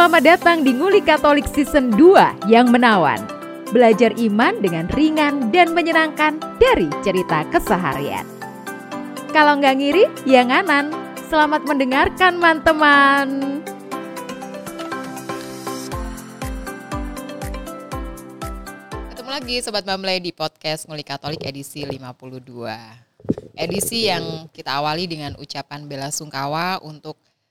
Selamat datang di Nguli Katolik Season 2 yang menawan. Belajar iman dengan ringan dan menyenangkan dari cerita keseharian. Kalau nggak ngiri, ya nganan. Selamat mendengarkan, teman-teman. Ketemu lagi Sobat Bamble di podcast Nguli Katolik edisi 52. Edisi yang kita awali dengan ucapan bela sungkawa untuk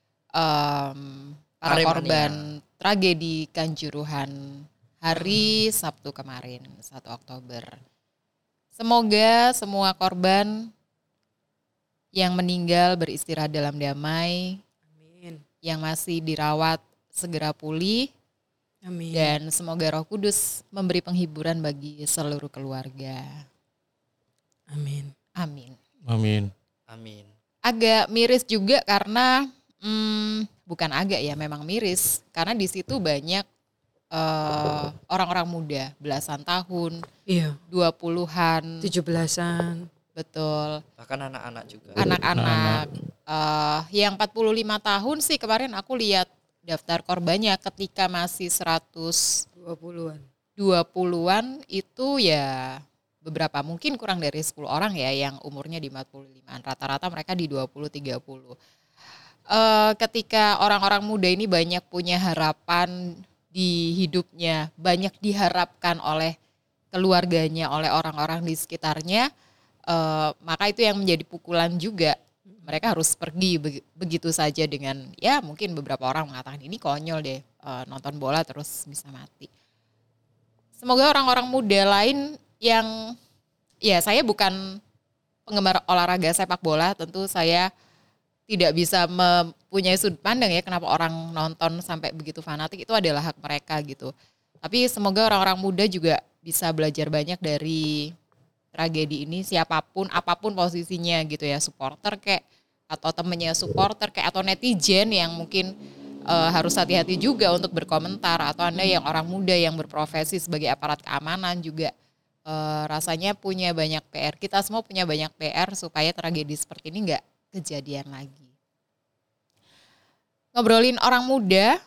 para korban tragedi Kanjuruhan hari Sabtu kemarin, 1 Oktober. Semoga semua korban yang meninggal beristirahat dalam damai. Amin. Yang masih dirawat segera pulih. Amin. Dan semoga Roh Kudus memberi penghiburan bagi seluruh keluarga. Amin. Amin. Amin. Amin. Agak miris juga karena bukan agak ya, memang miris karena di situ banyak orang-orang muda, belasan tahun, 20-an, 17-an, betul. Bahkan anak-anak juga. Anak-anak. Yang 45 tahun sih kemarin aku lihat daftar korbannya ketika masih 120-an itu ya beberapa, mungkin kurang dari 10 orang ya yang umurnya di 45-an. Rata-rata mereka di 20-30. Ketika orang-orang muda ini banyak punya harapan di hidupnya, banyak diharapkan oleh keluarganya, oleh orang-orang di sekitarnya, maka itu yang menjadi pukulan juga. Mereka harus pergi begitu saja dengan, ya mungkin beberapa orang mengatakan ini konyol deh, nonton bola terus bisa mati. Semoga orang-orang muda lain yang, ya saya bukan penggemar olahraga sepak bola, tentu saya tidak bisa mempunyai sudut pandang ya kenapa orang nonton sampai begitu fanatik, itu adalah hak mereka gitu. Tapi semoga orang-orang muda juga bisa belajar banyak dari tragedi ini, siapapun, apapun posisinya gitu ya, supporter kayak, atau temennya supporter kayak, atau netizen yang mungkin harus hati-hati juga untuk berkomentar, atau Anda yang orang muda yang berprofesi sebagai aparat keamanan juga rasanya punya banyak PR. Kita semua punya banyak PR supaya tragedi seperti ini nggak kejadian lagi. Ngobrolin orang muda,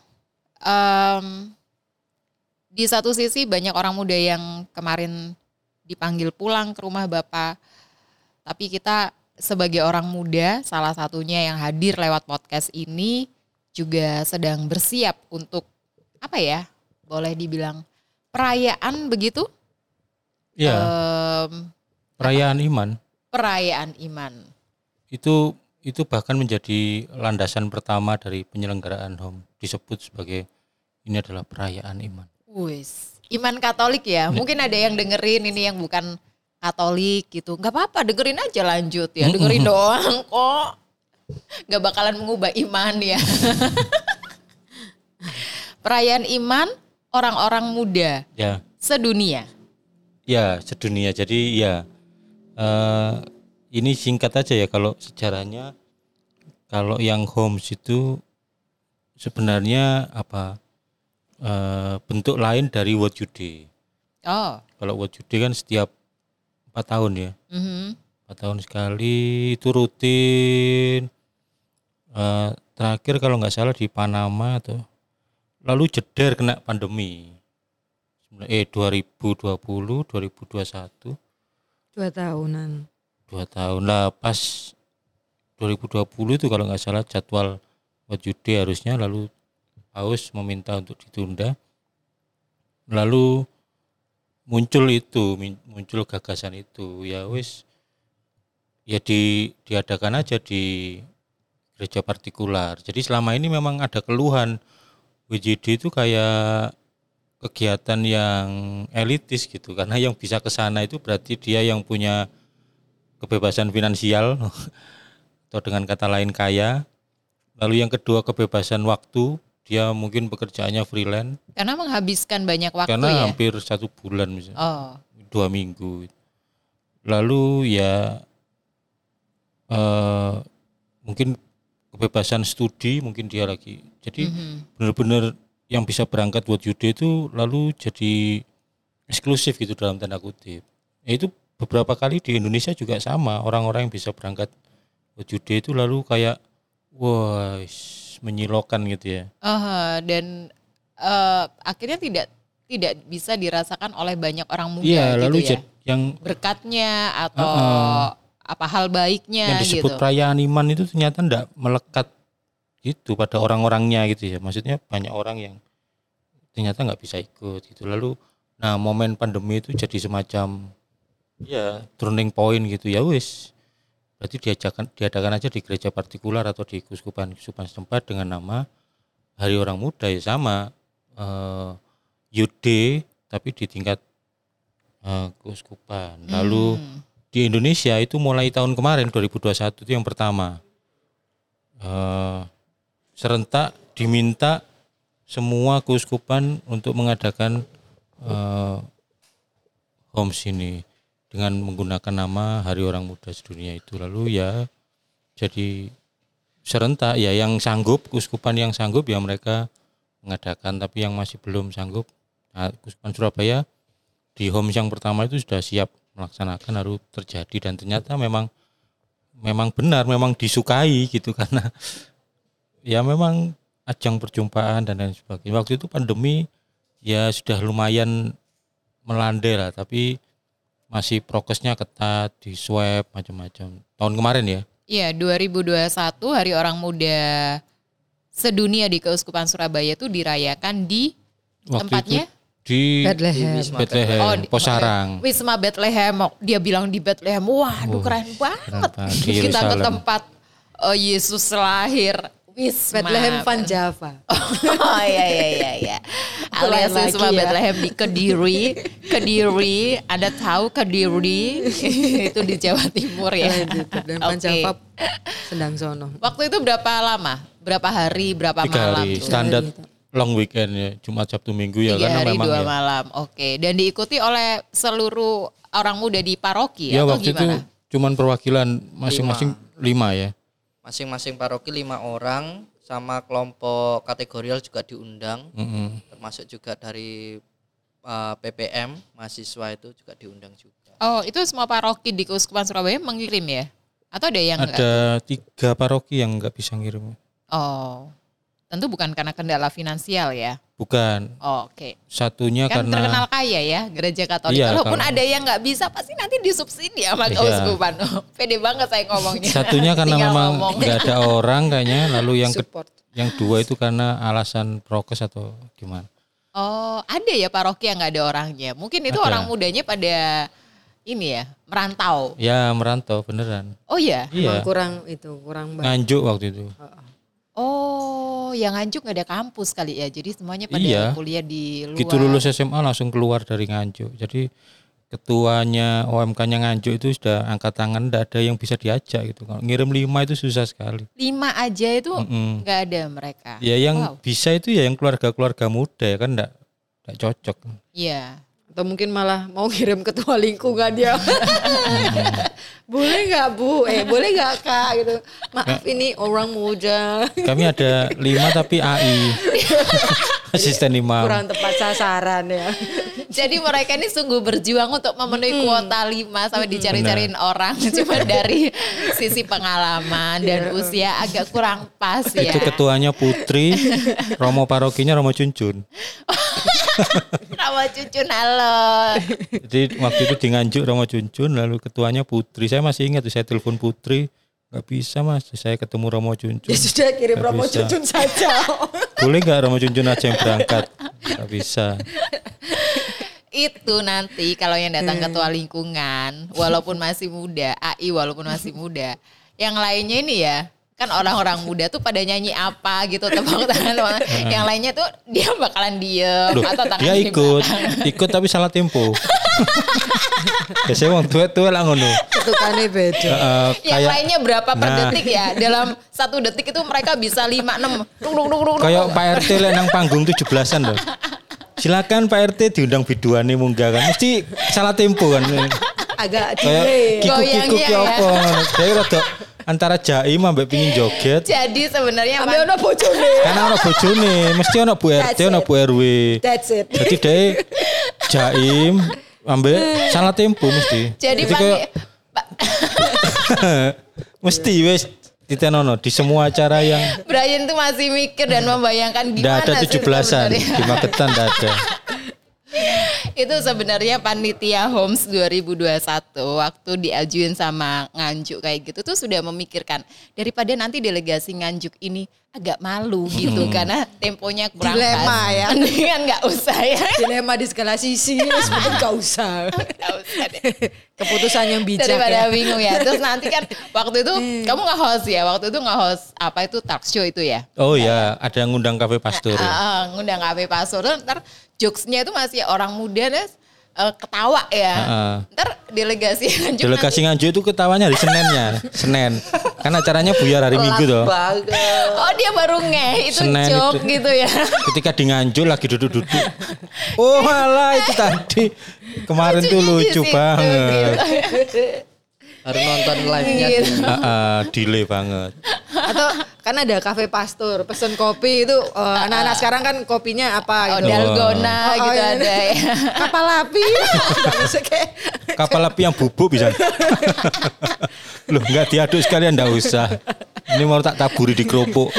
di satu sisi banyak orang muda yang kemarin dipanggil pulang ke rumah Bapak, tapi kita sebagai orang muda, salah satunya yang hadir lewat podcast ini juga sedang bersiap untuk apa ya, boleh dibilang perayaan begitu? Iya, perayaan iman. Perayaan iman. Itu bahkan menjadi landasan pertama dari penyelenggaraan HOM, disebut sebagai ini adalah perayaan iman. Wis, iman Katolik ya. Mungkin ada yang dengerin ini yang bukan Katolik gitu. Gak apa-apa, dengerin aja lanjut ya. Dengerin doang kok. Gak bakalan mengubah iman ya. Perayaan iman orang-orang muda Ya. Sedunia. Ya, sedunia. Jadi ya ini singkat aja ya, kalau sejarahnya, kalau yang HOMS itu sebenarnya apa, bentuk lain dari What You Day. Oh. Kalau What You Day kan setiap 4 tahun ya. 4 tahun sekali, itu rutin. Terakhir kalau nggak salah di Panama atau lalu jeder kena pandemi. 2020, 2021. 2 tahunan. 2 tahun lah, pas 2020 itu kalau nggak salah jadwal What You Day harusnya, lalu Paus meminta untuk ditunda, lalu muncul gagasan itu, ya wis ya diadakan aja di gereja partikular. Jadi selama ini memang ada keluhan WJD itu kayak kegiatan yang elitis gitu, karena yang bisa ke sana itu berarti dia yang punya kebebasan finansial atau dengan kata lain kaya. Lalu yang kedua kebebasan waktu, dia mungkin pekerjaannya freelance. Karena menghabiskan banyak waktu karena ya. Hampir 1 bulan misalnya, 2 minggu. Lalu ya mungkin kebebasan studi mungkin dia lagi. Jadi benar-benar yang bisa berangkat What You Day itu lalu jadi eksklusif gitu dalam tanda kutip. Itu beberapa kali di Indonesia juga sama, orang-orang yang bisa berangkat What You Day itu lalu kayak wah menyilaukan gitu ya. Dan akhirnya tidak bisa dirasakan oleh banyak orang muda Iya, gitu lalu ya. yang Berkatnya atau apa hal baiknya yang disebut gitu. perayaan iman itu ternyata enggak melekat gitu pada orang-orangnya gitu ya. Maksudnya banyak orang yang ternyata nggak bisa ikut gitu. Lalu nah momen pandemi itu jadi semacam ya turning point gitu ya wis. Berarti diadakan aja di gereja partikular atau di keuskupan setempat dengan nama Hari Orang Muda ya sama Youth Day tapi di tingkat keuskupan. Lalu di Indonesia itu mulai tahun kemarin 2021 itu yang pertama serentak diminta semua keuskupan untuk mengadakan HOMS ini dengan menggunakan nama Hari Orang Muda Sedunia itu. Lalu ya jadi serentak ya yang sanggup, keuskupan yang sanggup ya mereka mengadakan, tapi yang masih belum sanggup, nah, Keuskupan Surabaya di HOMS yang pertama itu sudah siap melaksanakan harus terjadi dan ternyata memang benar, memang disukai gitu karena ya memang ajang perjumpaan dan lain sebagainya. Waktu itu pandemi ya sudah lumayan melandai lah, tapi masih prokesnya ketat, di swab macam-macam. Tahun kemarin ya. Iya, 2021 Hari Orang Muda Sedunia di Keuskupan Surabaya itu dirayakan di Waktu tempatnya itu di Bethlehem. Bethlehem, Posarang. Wisma Bethlehem. Dia bilang di Bethlehem. Waduh, keren banget. Keren, di Terus kita ke Yerusalem. tempat Yesus lahir. Wisma Bethlehem Van Java. Oh iya. Alias Lain Wisma lagi ya. Bethlehem di Kediri. Anda tahu Kediri? Itu di Jawa Timur ya. Bethlehem Van Oke. Java Sendang Sono. Waktu itu berapa lama? Berapa hari? Berapa 3 malam? hari, tuh? standar long weekend ya, Jumat Sabtu Minggu ya 3 karena hari memang 2 ya. malam. Oke. Dan diikuti oleh seluruh orang muda di paroki Ya atau waktu gimana? itu cuman perwakilan masing-masing 5 ya. Masing-masing paroki 5 orang, sama kelompok kategorial juga diundang, termasuk juga dari PPM mahasiswa itu juga diundang juga. Oh, itu semua paroki di Keuskupan Surabaya mengirim ya? Atau ada yang enggak? Ada 3 paroki yang nggak bisa ngirim. Oh, tentu bukan karena kendala finansial ya? Bukan. Oh, oke. Satunya Kan karena terkenal kaya ya gereja Katolik. Iya, Walaupun kalau- ada yang nggak bisa pasti nanti disubsidi sama Iya. keuskupan. Pede banget saya ngomongnya. satunya karena Tinggal memang ngomong. nggak ada orang kayaknya. Lalu Support. yang 2 itu karena alasan prokes atau gimana? Oh, ada ya paroki yang nggak ada orangnya. Mungkin itu Ada. orang mudanya pada ini ya merantau. Ya merantau beneran. Oh ya. Iya. Kurang baik. Nganjuk waktu itu. Oh, yang Nganjuk nggak ada kampus kali ya. Jadi semuanya pada Iya. kuliah di luar. Gitu lulus SMA langsung keluar dari Nganjuk. Jadi ketuanya OMK-nya Nganjuk itu sudah angkat tangan, enggak ada yang bisa diajak gitu. Kalau ngirim 5 itu susah sekali. 5 aja itu Mm-mm. nggak ada mereka. Ya yang Wow. bisa itu ya yang keluarga-keluarga muda ya kan enggak cocok. Iya. Atau mungkin malah mau kirim ketua lingkungan dia. Boleh nggak Bu? Boleh nggak Kak? Gitu. Maaf ini orang muda. Kami ada 5 tapi AI. Asisten imam. Kurang tepat sasaran ya. Jadi mereka ini sungguh berjuang untuk memenuhi kuota 5 sampai dicari-cariin orang. Cuma dari sisi pengalaman dan usia agak kurang pas ya. Itu ketuanya Putri, Romo parokinya Romo Cuncun. Rawa Cucun halo. Jadi waktu itu di Nganjuk Romo Cuncun, lalu ketuanya Putri. Saya masih ingat tuh, saya telepon Putri, nggak bisa Mas, saya ketemu Romo Cuncun. Ya sudah kirim Nggak Romo bisa. Cucun saja. Boleh nggak Romo Cuncun aja yang berangkat? Nggak bisa. Itu nanti kalau yang datang ketua lingkungan walaupun masih muda, AI walaupun masih muda, yang lainnya ini ya kan orang-orang muda tuh pada nyanyi apa gitu tepuk tangan, yang lainnya tuh dia bakalan diem Loh, atau tangan dia di belakang. ikut tapi salah tempo. Biasanya wong tua lah ngono. Ketukannya beda. Yang lainnya berapa per Nah. detik ya? Dalam 1 detik itu mereka bisa 5-6. Kayak Pak RT lek nang panggung 17-an loh. Silakan Pak RT diundang biduane munggah kan. Mesti salah tempo kan. Agak Kayak delay. kiku-kiku Goyangnya ki ya. apa ngono. Dia rada antara jaim ambek pingin joget. Jadi sebenarnya Ambil ono bojone. Karena ono bojone, mesti ono Bu RT, ono Bu RW. That's it. Jadi dia jaim ambek salah tempo mesti. jadi kayak Pak mesti wes Titenono di semua acara yang Brian tuh masih mikir dan membayangkan nggak gimana ada sih 17-an sebenarnya. di Magetan nggak ada. Itu sebenarnya panitia Homes 2021 waktu diajuin sama Nganjuk kayak gitu tuh sudah memikirkan daripada nanti delegasi Nganjuk ini agak malu gitu karena temponya kurang Dilema pas. ya. Mendingan nggak usah ya. Dilema di segala sisi, sebetulnya nggak usah. Nggak usah deh. Keputusan yang bijak Daripada ya. bingung ya. Terus nanti kan waktu itu kamu nge-host ya. Waktu itu nge-host apa itu talk show itu ya. Oh ya, ada yang ngundang Cafe Pastur. Ngundang Cafe Pastur. Ntar jokesnya itu masih orang muda deh. Ketawa ya. Ntar delegasi Nganjuk Delegasi Nganjuk itu ketawanya hari Senin. Kan acaranya buyar hari Minggu toh. Oh dia baru itu Senin joke itu. gitu ya. Ketika di Nganjuk lagi duduk-duduk. Oh malah itu tadi. Kemarin tuh lucu Lucunya di situ, banget. Harus nonton live-nya. Gitu. Delay banget. Atau kan ada Cafe Pastur, pesen kopi itu anak-anak sekarang kan kopinya apa gitu. Dalgona gitu iya. ada ya. Kapal api. Nggak bisa kayak Kapal api yang bubuk bisa. Loh enggak diaduk sekalian enggak usah. Ini mau tak taburi di kerupuk.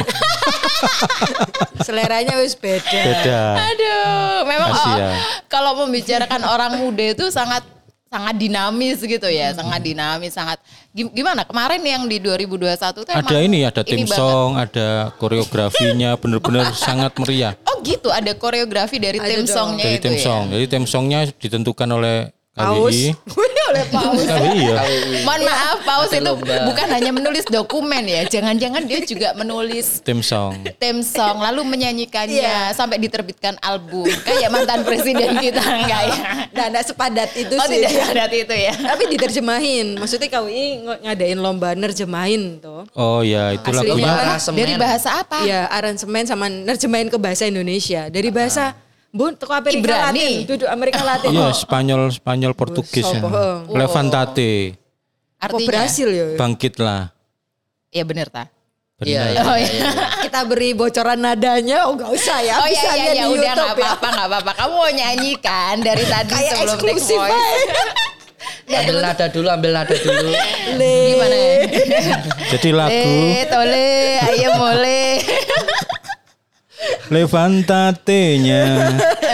seleranya wis beda. Beda. Aduh, memang Kasihan. kalau membicarakan orang muda itu sangat dinamis gitu ya, sangat dinamis, sangat gimana kemarin yang di 2021 tuh Ada ada tim banget. song, ada koreografinya, bener-bener sangat meriah. Oh gitu, ada koreografi dari Ada tim dong. songnya Dari itu tim ya. song. Jadi tim songnya ditentukan oleh Paus. KWI. Oleh paus. KWI ya. Mohon maaf, Paus Ada itu lomba. bukan hanya menulis dokumen ya, jangan-jangan dia juga menulis Tim song. tim song lalu menyanyikannya Iya. sampai diterbitkan album kayak mantan presiden kita enggak ya? Nggak sepadat itu Oh sih. tidak ada itu ya. Tapi diterjemahin. Maksudnya KUI ngadain lomba nerjemahin tuh. Oh ya, itu Aslinya lagunya. kan Aransemen. Dari bahasa apa? Ya aransemen sama nerjemahin ke bahasa Indonesia. Dari bahasa Bun, toko Amerika Ibrani. Latin. Duduk Amerika Latin. Iya, Spanyol Portugis ya. Sopo. Levantate, Kok Artinya? berhasil ya? bangkitlah. Iya bener ta. Iya, Benar. Oh iya. Kita beri bocoran nadanya. Oh nggak usah ya. Oh Bisa iya lihat iya di udah nggak YouTube ya. apa-apa. Kamu mau nyanyikan dari tadi Kayak sebelum take eksklusif voice. aja. Ambil nada dulu. Gimana ya? Jadi lagu Tole, ayo mulai. Levantate-nya.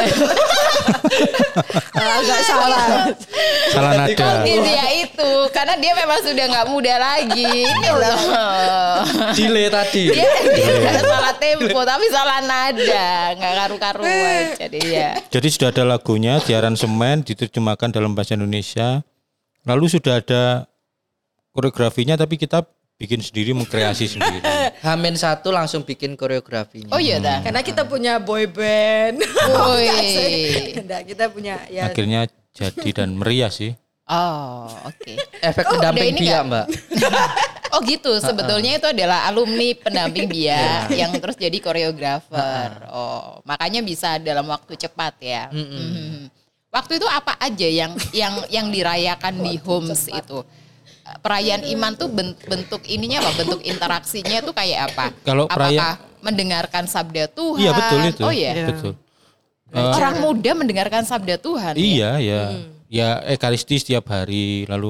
Agak salah. Salah nada. Dia itu karena dia memang sudah nggak muda lagi. Ini loh. Delay tadi. Dia nggak salah tempo tapi salah nada, nggak karu-karuan. Jadi ya. Jadi sudah ada lagunya di aransemen, diterjemahkan dalam bahasa Indonesia. Lalu sudah ada koreografinya, tapi kita bikin sendiri, mengkreasi sendiri. Hamin 1 langsung bikin koreografinya. Oh iya dah. Karena kita punya boy band. Woi. Nggak, kita punya ya. Akhirnya jadi dan meriah sih. Oh, oke. Efek Oh, pendamping ada ini dia, nggak? Mbak. Oh gitu, sebetulnya itu adalah alumni pendamping dia yang terus jadi koreografer. Oh, makanya bisa dalam waktu cepat ya. Mhm. Waktu itu apa aja yang dirayakan di Homes itu? Perayaan iman tuh bentuk ininya apa? Bentuk interaksinya tuh kayak apa? Kalau Apakah mendengarkan sabda Tuhan? Iya betul itu. Oh iya. Betul. Orang muda mendengarkan sabda Tuhan. Ya? Iya ya. Ya ekaristi setiap hari, lalu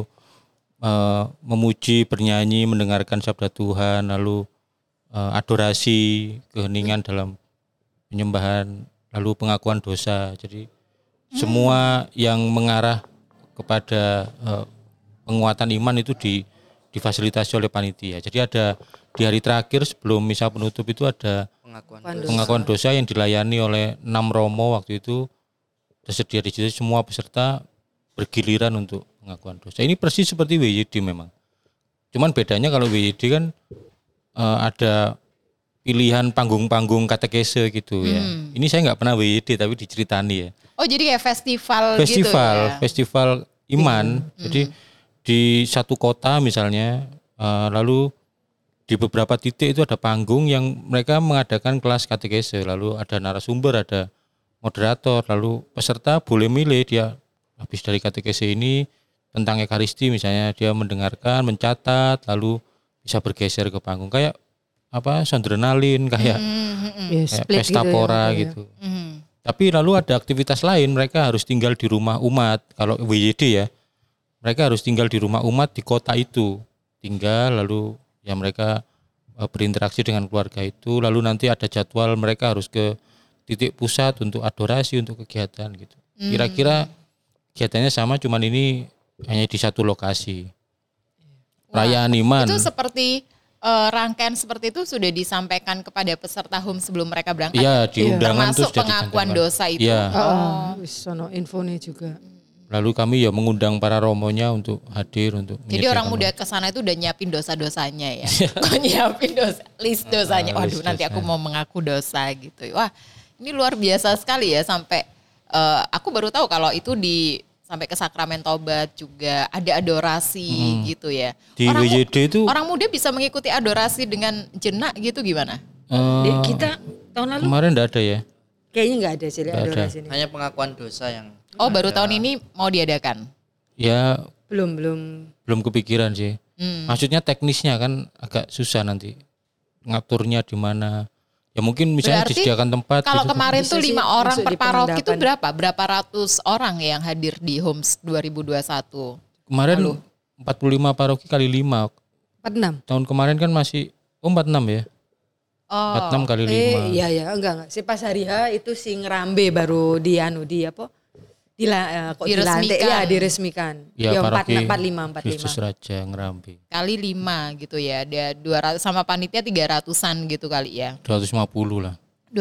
memuji, bernyanyi, mendengarkan sabda Tuhan, lalu adorasi, keheningan dalam penyembahan, lalu pengakuan dosa. Jadi semua yang mengarah kepada penguatan iman itu difasilitasi oleh panitia. Jadi ada di hari terakhir sebelum misa penutup itu ada pengakuan dosa yang dilayani oleh 6 romo waktu itu, tersedia di situ, semua peserta bergiliran untuk pengakuan dosa. Ini persis seperti WYD memang. Cuman bedanya kalau WYD kan ada pilihan panggung-panggung katekese gitu ya. Ini saya nggak pernah WYD tapi diceritani ya. Oh jadi kayak festival gitu ya? Festival iman. Jadi di satu kota misalnya, lalu di beberapa titik itu ada panggung yang mereka mengadakan kelas katekese, lalu ada narasumber, ada moderator, lalu peserta boleh milih dia habis dari katekese ini tentang ekaristi misalnya, dia mendengarkan, mencatat, lalu bisa bergeser ke panggung kayak apa sondrenalin, kayak pesta pora gitu. Tapi lalu ada aktivitas lain, mereka harus tinggal di rumah umat. Kalau WYD ya, mereka harus tinggal di rumah umat di kota itu, tinggal lalu ya mereka berinteraksi dengan keluarga itu, lalu nanti ada jadwal mereka harus ke titik pusat untuk adorasi, untuk kegiatan gitu. Kira-kira kegiatannya sama, cuman ini hanya di satu lokasi. Perayaan iman. Itu seperti rangkaian seperti itu sudah disampaikan kepada peserta HUM sebelum mereka berangkat. Iya, di undangan termasuk itu sudah pengakuan dicantumkan. dosa itu. Iya. Sono infonya juga. Lalu kami ya mengundang para romonya untuk hadir untuk Jadi orang menyediakan muda ke sana itu udah nyiapin dosa-dosanya ya. Kok nyiapin list dosanya. Waduh, list nanti aku dosa. mau mengaku dosa gitu. Wah, ini luar biasa sekali ya, sampai aku baru tahu kalau itu sampai ke sakramen tobat juga ada adorasi gitu ya. Di WYD itu Orang muda bisa mengikuti adorasi dengan jenak gitu gimana? Kita tahun lalu kemarin enggak ada ya. kayaknya nggak ada sih Nggak ada. adorasi ini. Hanya pengakuan dosa yang Oh, baru tahun ini mau diadakan. Ya Belum. kepikiran sih. Maksudnya teknisnya kan agak susah nanti. Ngaturnya di mana. Ya mungkin misalnya Berarti disediakan tempat Kalau gitu. kemarin Bisa tuh sih 5 orang masuk per di paroki itu pengendapan. berapa ratus orang yang hadir di HOMS 2021? Kemarin 45 paroki kali 5. 46. Tahun kemarin kan masih 46 ya. Oh, 46 kali 5. Iya enggak. Si pas hari H itu si Ngerambe baru di apa? Kok dilantik Diresmikan. ya diresmikan. Ya, paroki 45. Kristus Raja Ngerambe. kali 5 gitu ya. Ada 200 sama panitia 300-an gitu kali ya. 250 lah.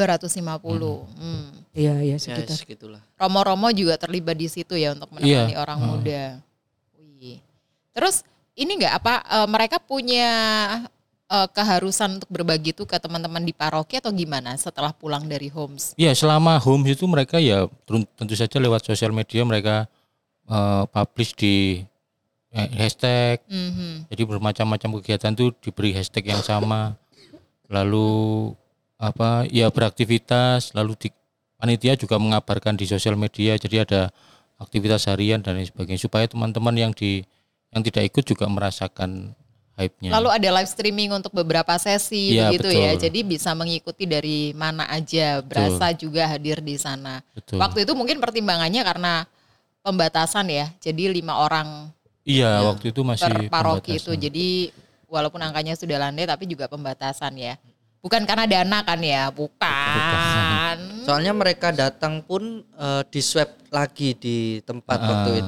250. Iya ya sekitar. segitulah. Romo-romo juga terlibat di situ ya untuk menemani orang muda. Wih. Terus ini enggak mereka punya keharusan untuk berbagi itu ke teman-teman di paroki atau gimana setelah pulang dari HOMS? Ya selama HOMS itu mereka ya tentu saja lewat sosial media mereka publish di hashtag. Jadi bermacam-macam kegiatan itu diberi hashtag yang sama. Lalu beraktivitas, lalu panitia juga mengabarkan di sosial media. Jadi ada aktivitas harian dan lain sebagainya supaya teman-teman yang tidak ikut juga merasakan hype-nya. Lalu ada live streaming untuk beberapa sesi Iya, begitu ya. betul. Jadi bisa mengikuti dari mana aja, berasa juga hadir di sana. Betul. Waktu itu mungkin pertimbangannya karena pembatasan ya. Jadi 5 orang Iya, waktu itu masih per paroki itu. pembatasan. Jadi walaupun angkanya sudah landai tapi juga pembatasan ya. Bukan karena dana kan ya, bukan. Soalnya mereka datang pun di swab lagi di tempat waktu itu.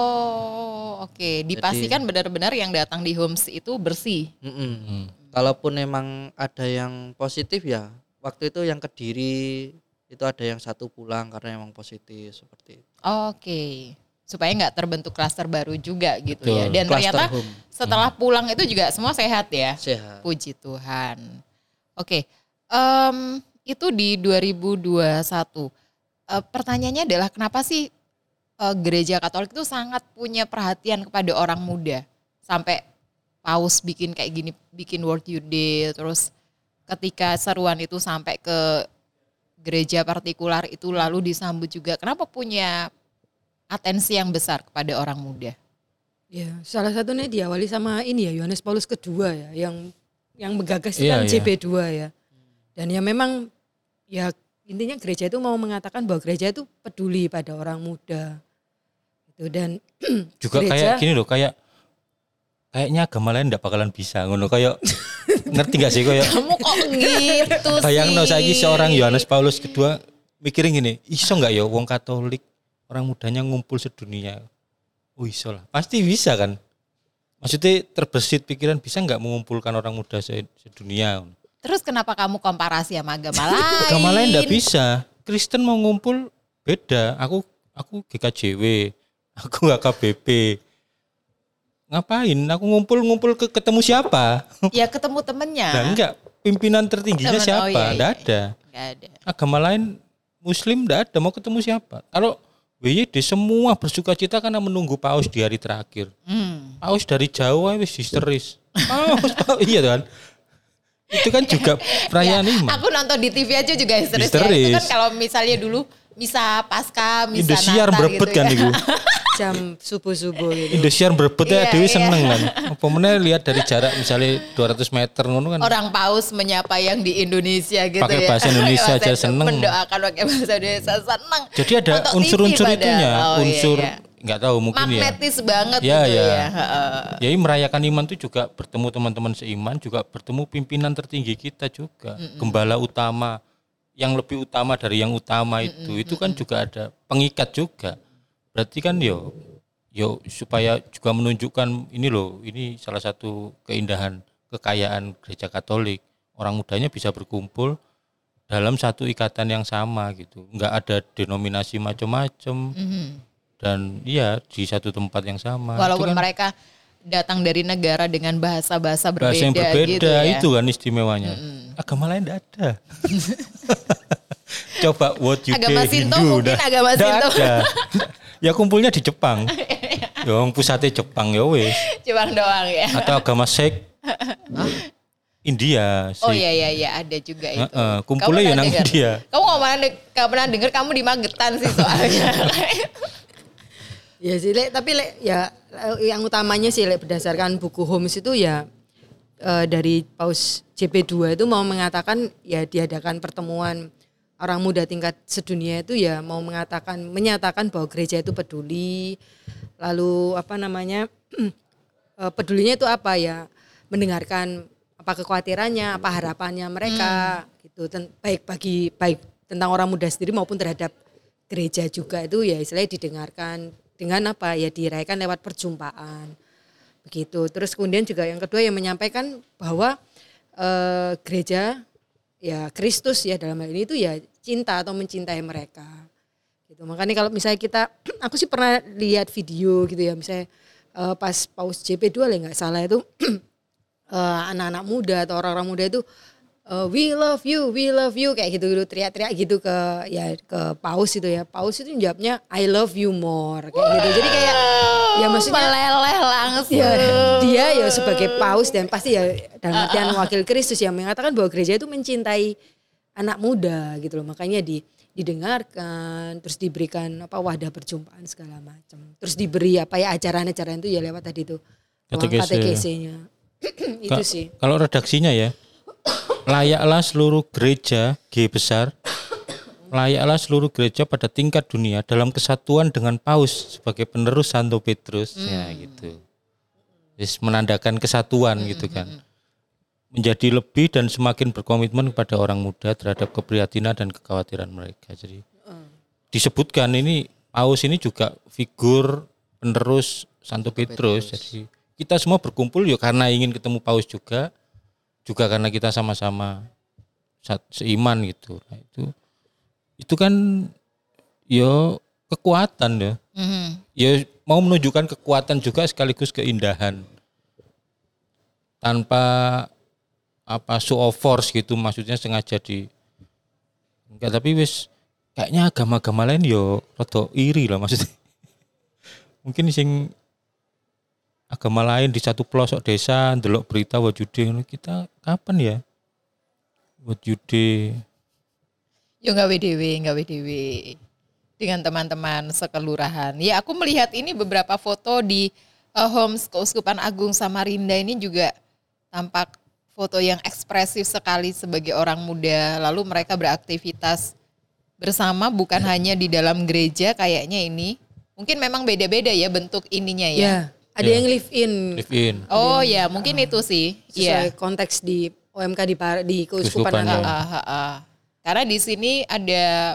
Oh, oke. Dipastikan benar-benar yang datang di HOMS itu bersih. Kalaupun memang ada yang positif ya, waktu itu yang Kediri itu ada yang 1 pulang karena emang positif seperti itu. Oke. Supaya nggak terbentuk klaster baru juga gitu Betul. ya. Dan Cluster ternyata home. setelah pulang itu juga semua sehat ya. Sehat. Puji Tuhan. Oke. Itu di 2021. Pertanyaannya adalah kenapa sih gereja Katolik itu sangat punya perhatian kepada orang muda, sampai Paus bikin kayak gini, bikin World Youth Day, terus ketika seruan itu sampai ke gereja partikular itu lalu disambut juga. Kenapa punya atensi yang besar kepada orang muda? Ya, salah satunya diawali sama ini ya Yohanes Paulus kedua ya, yang menggagas Iya, kan iya. JP2 ya. Dan ya memang ya intinya gereja itu mau mengatakan bahwa gereja itu peduli pada orang muda. Itu dan Juga gereja- kayak gini loh, kayaknya agama lain enggak bakalan bisa ngono kayak ngerti gak sih kayak Kamu kok gitu sih? bayangno saiki seorang Yohanes Paulus kedua mikirin gini, iso enggak ya wong Katolik orang mudanya ngumpul sedunia? Oh iso lah, pasti bisa kan. Maksudnya terbesit pikiran bisa enggak mengumpulkan orang muda sedunia? Terus kenapa kamu komparasi sama agama lain? Agama lain enggak bisa. Kristen mau ngumpul beda. Aku GKJW, aku HKBP. Ngapain? Aku ngumpul ketemu siapa? Ya ketemu temennya. Nah, enggak, pimpinan tertingginya Temen, siapa? oh iya, Enggak iya. ada. Nggak ada. Agama lain Muslim enggak ada, mau ketemu siapa? Kalau WYD semua bersukacita karena menunggu Paus di hari terakhir. Paus dari jauh wis histeris. Paus, iya kan? Itu kan juga perayaan Ya, iman. aku nonton di TV aja juga histeris. Ya. Itu Histeris. kan kalau misalnya dulu misa Pasca, misa Indosiar Natal berebut gitu kan ya. itu. jam subuh-subuh gitu. Indosiar berebut ya, Iya, Dewi iya. seneng kan. Apa meneh lihat dari jarak misalnya 200 meter ngono kan. Orang Paus menyapa yang di Indonesia gitu Pakai ya. bahasa Indonesia aja Bahasa- seneng. Mendoakan pakai bahasa Indonesia seneng. Jadi ada Nonton TV unsur-unsur padahal. itunya, Oh, iya, unsur iya. nggak tahu mungkin magnetis banget ya. gitu ya. Jadi merayakan iman itu juga bertemu teman-teman seiman, juga bertemu pimpinan tertinggi kita juga, gembala utama yang lebih utama dari yang utama itu kan juga ada pengikat juga. Berarti kan yo supaya juga menunjukkan ini loh, ini salah satu keindahan kekayaan gereja Katolik. Orang mudanya bisa berkumpul dalam satu ikatan yang sama gitu, nggak ada denominasi macam-macam dan di satu tempat yang sama. Walaupun kan mereka datang dari negara dengan bahasa-bahasa berbeda, yang berbeda gitu ya. itu kan istimewanya. Agama lain nggak ada. Coba what you Agama day Sinto Hindu, mungkin agama nggak Sinto. ada. Ya kumpulnya di Jepang. Yang pusatnya Jepang ya wes. Jepang doang ya. Atau agama Sikh. India sih. Oh iya ada juga itu. Kumpulnya ya nang denger? India. Kamu nggak pernah dengar kamu di Magetan sih soalnya. Ya sih, tapi ya yang utamanya sih berdasarkan buku Homs itu ya dari Paus JP2 itu mau mengatakan ya diadakan pertemuan orang muda tingkat sedunia itu ya mau menyatakan bahwa gereja itu peduli. Lalu pedulinya itu apa ya? Mendengarkan apa kekhawatirannya, apa harapannya mereka gitu, baik tentang orang muda sendiri maupun terhadap gereja juga itu ya istilahnya didengarkan dengan apa ya dirayakan lewat perjumpaan begitu. Terus kemudian juga yang kedua yang menyampaikan bahwa gereja ya Kristus ya dalam hal ini itu ya cinta atau mencintai mereka gitu. Makanya kalau misalnya aku sih pernah lihat video gitu ya, misalnya pas Paus JP2 nggak salah itu anak-anak muda atau orang-orang muda itu we love you kayak gitu teriak-teriak gitu ke Paus itu ya. Paus itu jawabnya I love you more kayak gitu. Jadi kayak ya maksudnya meleleh langsung. Ya, dia ya sebagai Paus dan pasti ya dalam artian wakil Kristus yang mengatakan bahwa gereja itu mencintai anak muda gitu loh. Makanya didengarkan, terus diberikan wadah perjumpaan segala macam. Terus diberi ajaran-ajaran itu ya lewat tadi itu katekese-nya. Itu sih. Kalau redaksinya ya, layaklah seluruh gereja G besar, layaklah seluruh gereja pada tingkat dunia dalam kesatuan dengan Paus sebagai penerus Santo Petrus, ya gitu. Yes, menandakan kesatuan gitu kan. Menjadi lebih dan semakin berkomitmen kepada orang muda terhadap keprihatinan dan kekhawatiran mereka. Jadi disebutkan ini Paus ini juga figur penerus Santo Petrus. Jadi kita semua berkumpul ya karena ingin ketemu Paus juga karena kita sama-sama seiman gitu. Nah, itu kan ya kekuatan ya. Ya mau menunjukkan kekuatan juga sekaligus keindahan. Tanpa show of force gitu, maksudnya sengaja enggak, tapi wis kayaknya agama-agama lain yo rada iri lah maksudnya. Mungkin sing agama lain di satu pelosok desa ndelok berita What You Day, kita kapan ya What You Day? Yo nggak WDW dengan teman-teman sekelurahan. Ya aku melihat ini beberapa foto di Homs Keuskupan Agung Samarinda ini juga tampak foto yang ekspresif sekali sebagai orang muda. Lalu mereka beraktivitas bersama bukan hanya di dalam gereja kayaknya ini. Mungkin memang beda-beda ya bentuk ininya ya. Ada yang live in. Oh ya, mungkin itu sih. Sesuai konteks di OMK di Keuskupan Agung. Karena di sini ada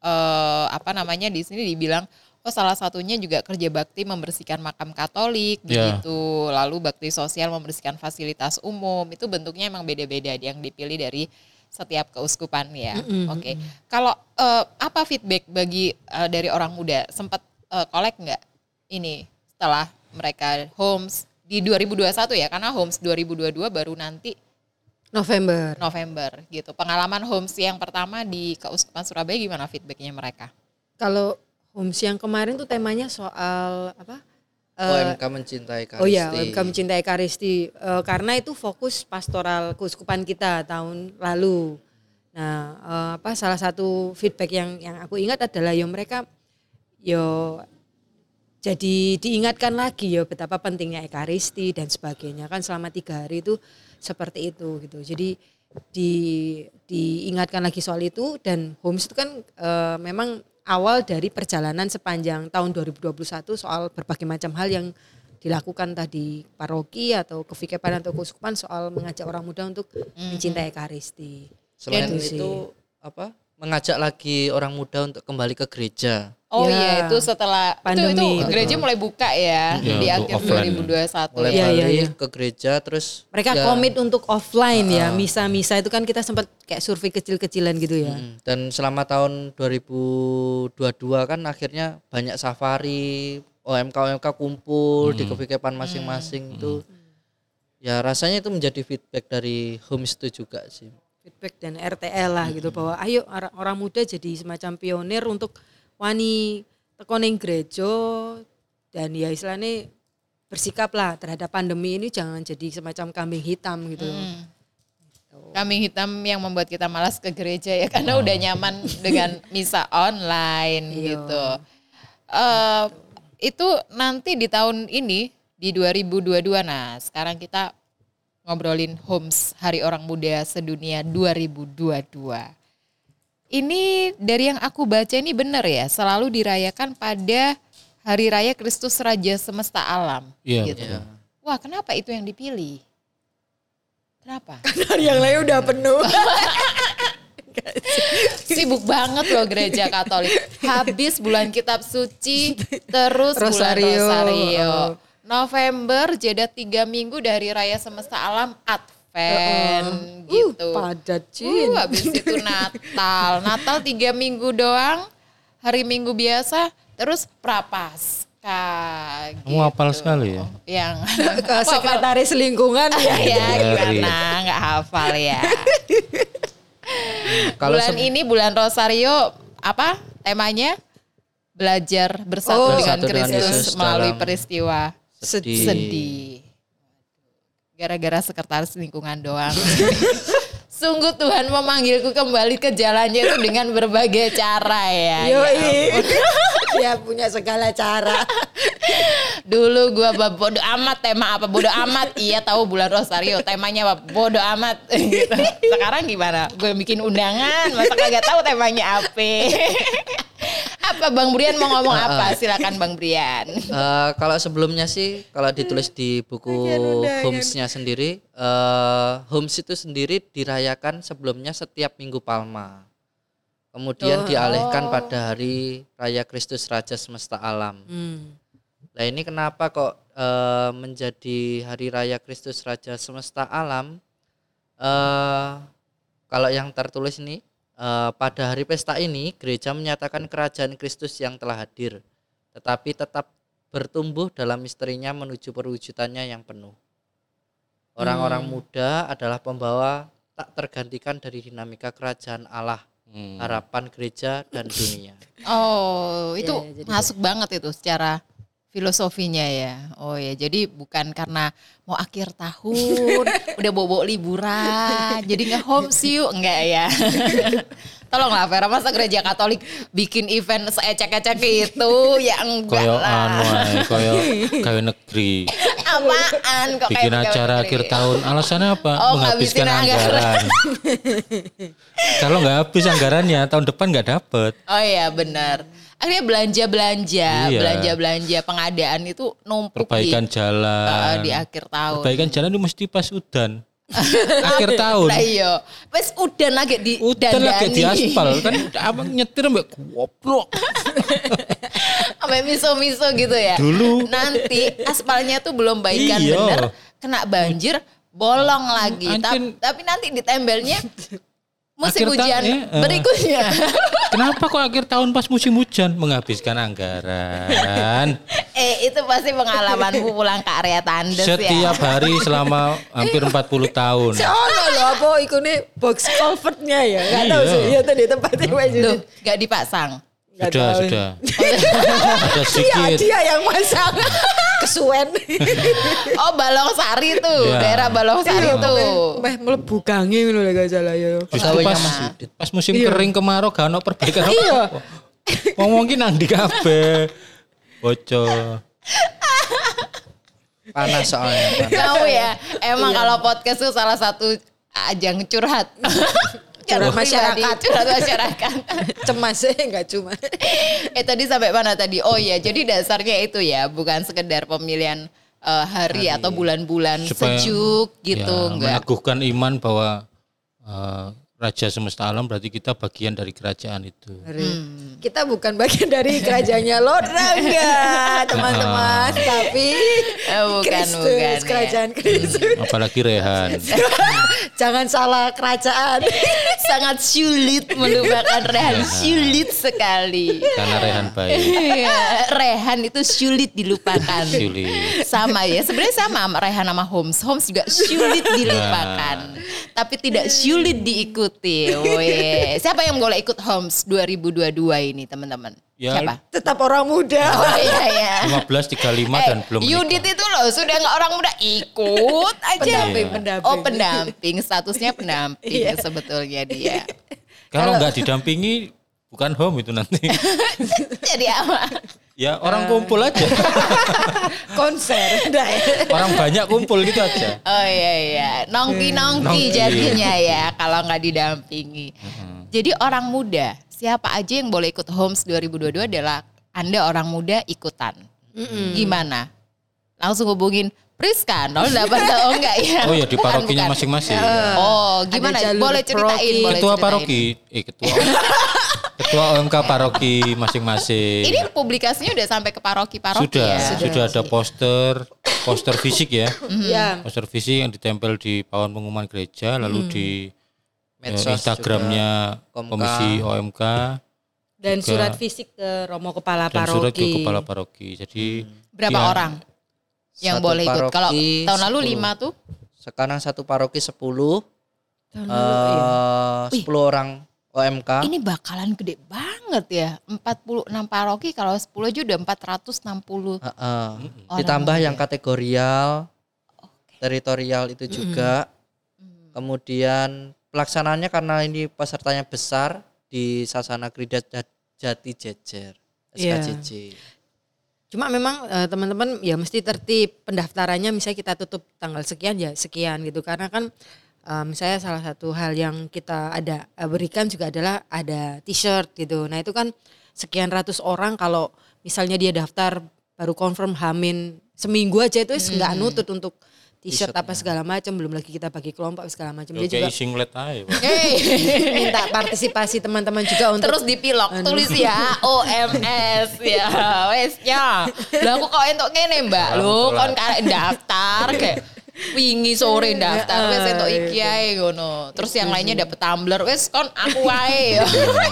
di sini dibilang salah satunya juga kerja bakti membersihkan makam Katolik begitu. Lalu bakti sosial membersihkan fasilitas umum. Itu bentuknya emang beda-beda yang dipilih dari setiap keuskupan ya. Oke. Kalau apa feedback dari orang muda? Sempat kolek nggak ini setelah mereka Homs di 2021 ya, karena Homs 2022 baru nanti November gitu. Pengalaman Homs yang pertama di Keuskupan Surabaya gimana feedbacknya mereka? Kalau Homs yang kemarin tuh temanya soal apa? OMK mencintai Ekaristi. Oh iya, OMK mencintai Ekaristi. Karena itu fokus pastoral keuskupan kita tahun lalu. Nah, salah satu feedback yang aku ingat adalah mereka jadi diingatkan lagi betapa pentingnya Ekaristi dan sebagainya kan selama 3 hari itu seperti itu gitu. Jadi diingatkan lagi soal itu, dan Homs itu kan memang awal dari perjalanan sepanjang tahun 2021 soal berbagai macam hal yang dilakukan tadi paroki atau kevikepan atau keuskupan soal mengajak orang muda untuk mencintai Ekaristi. Selain Itu sih. itu mengajak lagi orang muda untuk kembali ke gereja. Oh Ya. iya, itu setelah Pandemi, itu gereja mulai buka ya Ya, di untuk akhir offline. 2021 Mulai ya. balik ke gereja terus Mereka komit untuk offline ya, misa-misa itu kan kita sempat kayak survei kecil-kecilan gitu ya. Dan selama tahun 2022 kan akhirnya banyak safari, OMK kumpul di kevikepan masing-masing itu. Ya rasanya itu menjadi feedback dari Homs itu juga sih. Feedback dan RTL lah gitu bahwa ayo orang muda jadi semacam pionir untuk wani tekoning gereja dan ya istilahnya bersikap lah terhadap pandemi ini jangan jadi semacam kambing hitam gitu. Kambing hitam yang membuat kita malas ke gereja ya karena udah nyaman dengan misa online gitu. Itu nanti di tahun ini di 2022. Nah, sekarang kita ngobrolin Homs Hari Orang Muda Sedunia 2022. Ini dari yang aku baca ini benar ya, selalu dirayakan pada Hari Raya Kristus Raja Semesta Alam. Iya, Gitu. betul. Wah, kenapa itu yang dipilih? Kenapa? Hari yang lain udah penuh. Sibuk banget loh gereja Katolik. Habis bulan kitab suci, terus bulan Rosario. November jeda 3 minggu dari Raya Semesta Alam Advent gitu. Padat Cin. Habis itu Natal. Natal 3 minggu doang. Hari Minggu biasa, terus Prapaskah. Kamu hafal sekali ya. Yang Ke sekretaris lingkungan ya. ya Dari- gimana nggak hafal ya. Kalau Bulan ini bulan Rosario apa temanya? Belajar bersatu dengan Bersatu dengan Kristus Yesus melalui dalam peristiwa sedih. sedih. Gara-gara sekretaris lingkungan doang. Sungguh Tuhan memanggilku kembali ke jalannya itu dengan berbagai cara ya. Yoi. Dia punya segala cara. Dulu gua bodo amat tema apa bodo amat. Iya tahu bulan Rosario temanya apa bodo amat. Gitu. Sekarang gimana? Gue bikin undangan masa kagak tahu temanya apa. Apa Bang Brian mau ngomong apa? Silakan Bang Brian. Kalau sebelumnya sih, kalau ditulis di buku Homs-nya sendiri, Homs itu sendiri dirayakan sebelumnya setiap Minggu Palma. Kemudian dialihkan pada Hari Raya Kristus Raja Semesta Alam. Nah ini kenapa kok menjadi Hari Raya Kristus Raja Semesta Alam? Kalau yang tertulis ini, pada hari pesta ini gereja menyatakan kerajaan Kristus yang telah hadir, tetapi tetap bertumbuh dalam misterinya menuju perwujudannya yang penuh. Orang-orang muda adalah pembawa tak tergantikan dari dinamika kerajaan Allah, harapan gereja dan dunia. Oh, itu Ya, jadi masuk banget itu secara filosofinya ya. Oh ya, jadi bukan karena mau akhir tahun, udah bobo liburan, jadi nge-homes yuk, enggak ya. Tolonglah Vera, masa gereja Katolik bikin event seecek-ecek itu, ya enggak Koyo lah. kayak negeri. Apaan kok Bikin kayak acara pegawai akhir negeri? tahun. Alasannya apa? Oh, Menghabiskan ngabisin anggaran. anggaran. Kalau nggak habis anggarannya tahun depan nggak dapet. Oh iya benar. Akhirnya belanja-belanja, Iya. belanja-belanja pengadaan itu numpuk Perbaikan jalan. di akhir tahun. Perbaikan jalan itu mesti pas udan. Akhir tahun. Lah iya. Wes udan lagi di Udan lagi dandani. di aspal kan abang nyetir mbak goblok. Sampai miso-miso gitu ya. Dulu. Nanti aspalnya tuh belum baikan Iya. bener, kena banjir, bolong lagi. Anjing. Tapi nanti ditembelnya musim Akhir hujan tahun, berikutnya. Kenapa kok akhir tahun pas musim hujan menghabiskan anggaran? Itu pasti pengalamanmu pulang ke area Tandes Setiap ya. hari selama hampir 40 tahun. Ono lho apa iku nih box culvertnya ya. Enggak tahu Iya. sih. Iya tuh di tempatnya Pak Judit. Loh, gak dipasang. Nggak Sudah, tahu. sudah. Ada Iya sedikit. dia yang masang. Kesuwen. Oh, Balong Sari tuh, Iya. daerah Balong Sari tuh. Meh mlebu gange ngono lho gak salah ya. Justru Pegawainya pas, Mas Yudit. pas musim kering kemarau gak ono perbaikan apa. Iya. Ngomong ki nang ndi kabeh. Bocor. Panas soalnya. Kamu ya, emang kalau podcast tuh salah satu ajang curhat. Curhat masyarakat. Curhat masyarakat. Cemas enggak cuma. Tadi sampai mana tadi? Oh ya, jadi dasarnya itu ya, bukan sekedar pemilihan hari atau bulan-bulan Supaya, sejuk gitu, ya, enggak. meneguhkan iman bahwa Raja semesta alam berarti kita bagian dari kerajaan itu. Kita bukan bagian dari kerajaannya Lord Rangga, teman-teman, tapi Bukan, Kristus, bukan, ya. kerajaan Kristus. Apalagi Rehan. Jangan salah kerajaan. Sangat sulit melupakan Rehan, sulit sekali. Karena Rehan baik. Iya, Rehan itu sulit dilupakan. Sulit. Sama ya, sebenarnya sama Rehan sama Holmes. Holmes juga sulit dilupakan, tapi tidak sulit diikuti. Weh. Siapa yang boleh ikut Holmes 2022 ini, teman-teman? Ya, Siapa? Tetap orang muda. Oh iya ya. 15, 35 dan belum menikah. Yudit itu loh sudah nggak orang muda, ikut aja. Pendamping. Oh pendamping, statusnya pendamping sebetulnya dia. Kalau nggak didampingi bukan home itu nanti. Jadi apa? Ya orang kumpul aja. Konser. Orang banyak kumpul gitu aja. Oh iya, nongki Nongki. jadinya ya kalau nggak didampingi. Jadi orang muda, siapa aja yang boleh ikut Homes 2022 adalah Anda orang muda ikutan. Gimana? Langsung hubungin Priska 08 oh enggak ya? Oh ya di Bukan, parokinya bukan. masing-masing. Oh gimana? Ada jalur Boleh ceritain, paroki. boleh Ketua ceritain. paroki, ketua OMK paroki masing-masing. Ini publikasinya udah sampai ke paroki-paroki Sudah, ya? sudah ada poster fisik ya. Ya. Poster fisik yang ditempel di pawan pengumuman gereja, lalu di Medsos Instagramnya juga, Komka. Komisi OMK Dan juga, surat fisik ke Romo Kepala dan Paroki. surat ke kepala paroki. Jadi Berapa ya, orang yang Satu boleh ikut? Kalau paroki, tahun lalu 10. 5 tuh? Sekarang satu paroki 10. Tahun lalu, iya. 10 orang OMK. Ini bakalan gede banget ya. 46 paroki, kalau 10 aja udah 460. Ditambah muda. yang kategorial, teritorial itu juga. Kemudian pelaksanaannya karena ini pesertanya besar di Sasana Krida Jati Jejer SKJJ. Cuma memang teman-teman ya mesti tertib pendaftarannya, misalnya kita tutup tanggal sekian ya sekian gitu, karena kan misalnya salah satu hal yang kita ada berikan juga adalah ada t-shirt gitu. Nah itu kan sekian ratus orang, kalau misalnya dia daftar baru confirm Hamin seminggu aja itu nggak nutut untuk t-shirt apa segala macam, belum lagi kita bagi kelompok segala macam. Dia juga kayak singlet aja. Pak. minta partisipasi teman-teman juga untuk Terus dipilok, tulis ya OMS ya, wesnya. Lah aku kok entuk ngene Mbak, lho kon karek daftar kayak wingi sore daftar wes entuk iki ae ngono. Terus yang lainnya dapet tumbler, wes kon aku wae.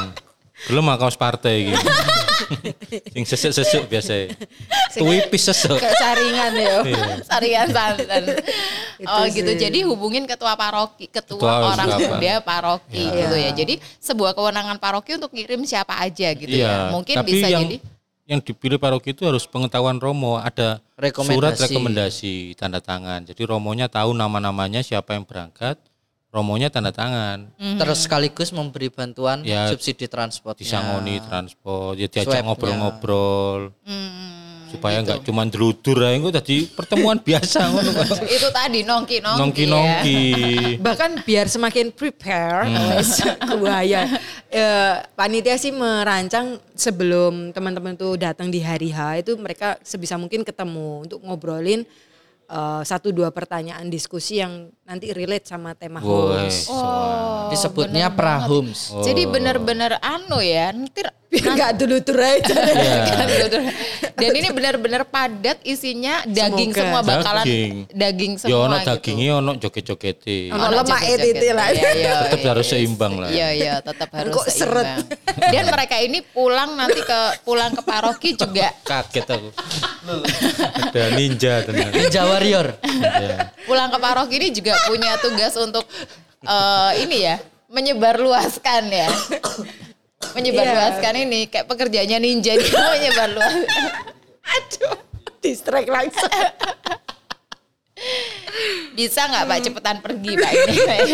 Belum kaos partai gitu. Sing sesuk-sesuk biasa. Tuwipis sesuk. kayak saringan ya. Saringan santan. Oh Itu gitu. sih. Jadi hubungin ketua paroki, ketua Ketua orang apa? muda paroki gitu ya. Jadi sebuah kewenangan paroki untuk ngirim siapa aja gitu ya. Mungkin tapi bisa yang, jadi yang dipilih paroki itu harus pengetahuan romo, ada surat rekomendasi tanda tangan. Jadi romonya tahu nama-namanya siapa yang berangkat, romonya tanda tangan. Terus sekaligus memberi bantuan Ya, subsidi transportnya. Disangoni transport, ya diajak Swabnya. ngobrol-ngobrol. Supaya enggak cuma deludur aja, itu tadi pertemuan biasa ngono kok. itu tadi nongki-nongki. Nongki-nongki. Bahkan biar semakin prepare, bahaya. Panitia sih merancang sebelum teman-teman tuh datang di hari H itu mereka sebisa mungkin ketemu untuk ngobrolin 1-2 pertanyaan diskusi yang nanti relate sama tema host. Oh, Disebutnya bener banget. Prahums. Jadi benar-benar anu ya, nanti Biar nggak dulu-dulu aja. dan ini benar-benar padat isinya, daging Semoga. semua bakalan Daging. semua Ya ono gitu. dagingnya ono joget-jogete. Ono lemak itu lah. Tetap harus seimbang lah. Iya, tetap harus Kok seret? seimbang. Dan mereka ini pulang ke paroki juga Kaget aku. Ada ninja tenan. Ninja Warrior. Ya. pulang ke paroki ini juga punya tugas untuk ini ya, menyebarluaskan ya. Menyebarluaskan ini kayak pekerjaannya ninja dia menyebarluaskan. Aduh, distract langsung. Bisa nggak Pak cepetan pergi Pak ini?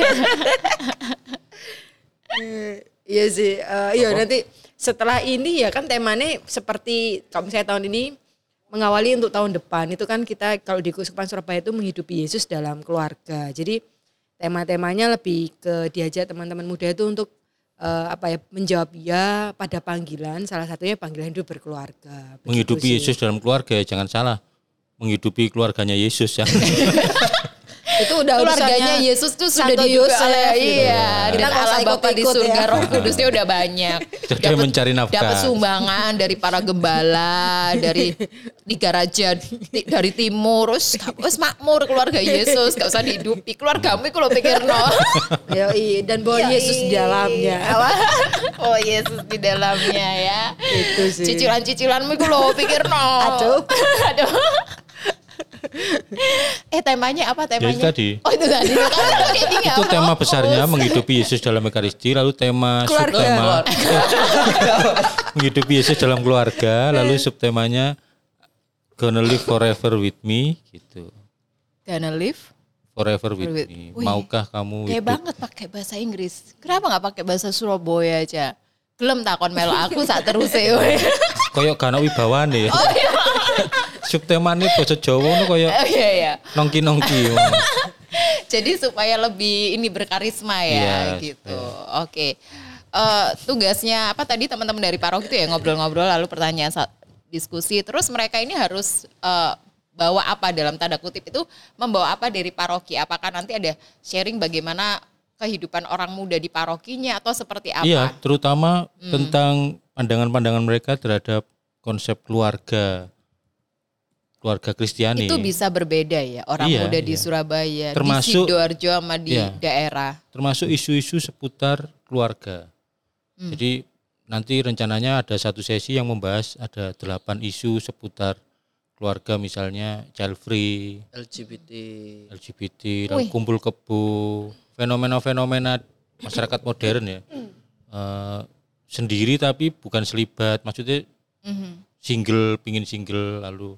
Iya sih, iya nanti setelah ini ya kan temanya seperti kalau misalnya tahun ini mengawali untuk tahun depan itu kan kita kalau di Keuskupan Surabaya itu menghidupi Yesus dalam keluarga. Jadi tema-temanya lebih ke diajak teman-teman muda itu untuk menjawab ya pada panggilan, salah satunya panggilan hidup berkeluarga. Menghidupi Yesus dalam keluarga, jangan salah. Menghidupi keluarganya Yesus ya. Itu udah keluarganya urusannya Yesus tuh sudah Santo dibuka Yosef, oleh gitu. iya. Kita Dan nggak usah Allah Bapa di ikut-ikut surga, ya. Roh Kudusnya udah banyak. Sudah mencari nafkah. Dapat sumbangan dari para gembala, dari tiga raja dari timur, terus makmur keluarga Yesus, gak usah dihidupi. Keluargamu kalau pikir no. Yoi, dan bawa Yesus di dalamnya. Oh Yesus di dalamnya ya. Itu sih. Cicilan-cicilanmu itu lo pikir no. Aduh. Aduh. Temanya apa temanya? Jadi tadi. Oh itu tadi. Itu tema besarnya menghidupi Yesus dalam Ekaristi, lalu tema subtema menghidupi Yesus dalam keluarga, lalu subtemanya Gonna Live Forever With Me gitu. Gonna live Forever With Me. Wih, Maukah kamu kayak hidup? banget pakai bahasa Inggris. Kenapa nggak pakai bahasa Surabaya aja? Gelem takon melo aku saat terus Koyok gana wibawane ya. Oh iya. Subtemane basa Jawa nu koyok Oh iya. nongki-nongki. Jadi supaya lebih ini berkarisma ya Iya, gitu. Oke. Tugasnya apa tadi teman-teman dari paroki itu ya ngobrol-ngobrol lalu pertanyaan diskusi. Terus mereka ini harus bawa apa dalam tanda kutip itu membawa apa dari paroki? Apakah nanti ada sharing bagaimana kehidupan orang muda di parokinya atau seperti apa? Iya, terutama tentang pandangan-pandangan mereka terhadap konsep keluarga Kristiani. Itu bisa berbeda ya orang Iya, muda di iya. Surabaya, Termasuk- di Sidoarjo sama di iya. daerah. Termasuk isu-isu seputar keluarga. Jadi nanti rencananya ada satu sesi yang membahas ada 8 isu seputar keluarga, misalnya child free, LGBT, lalu Wih. kumpul kebo, fenomena-fenomena masyarakat modern ya. Sendiri tapi bukan selibat, maksudnya pingin single, lalu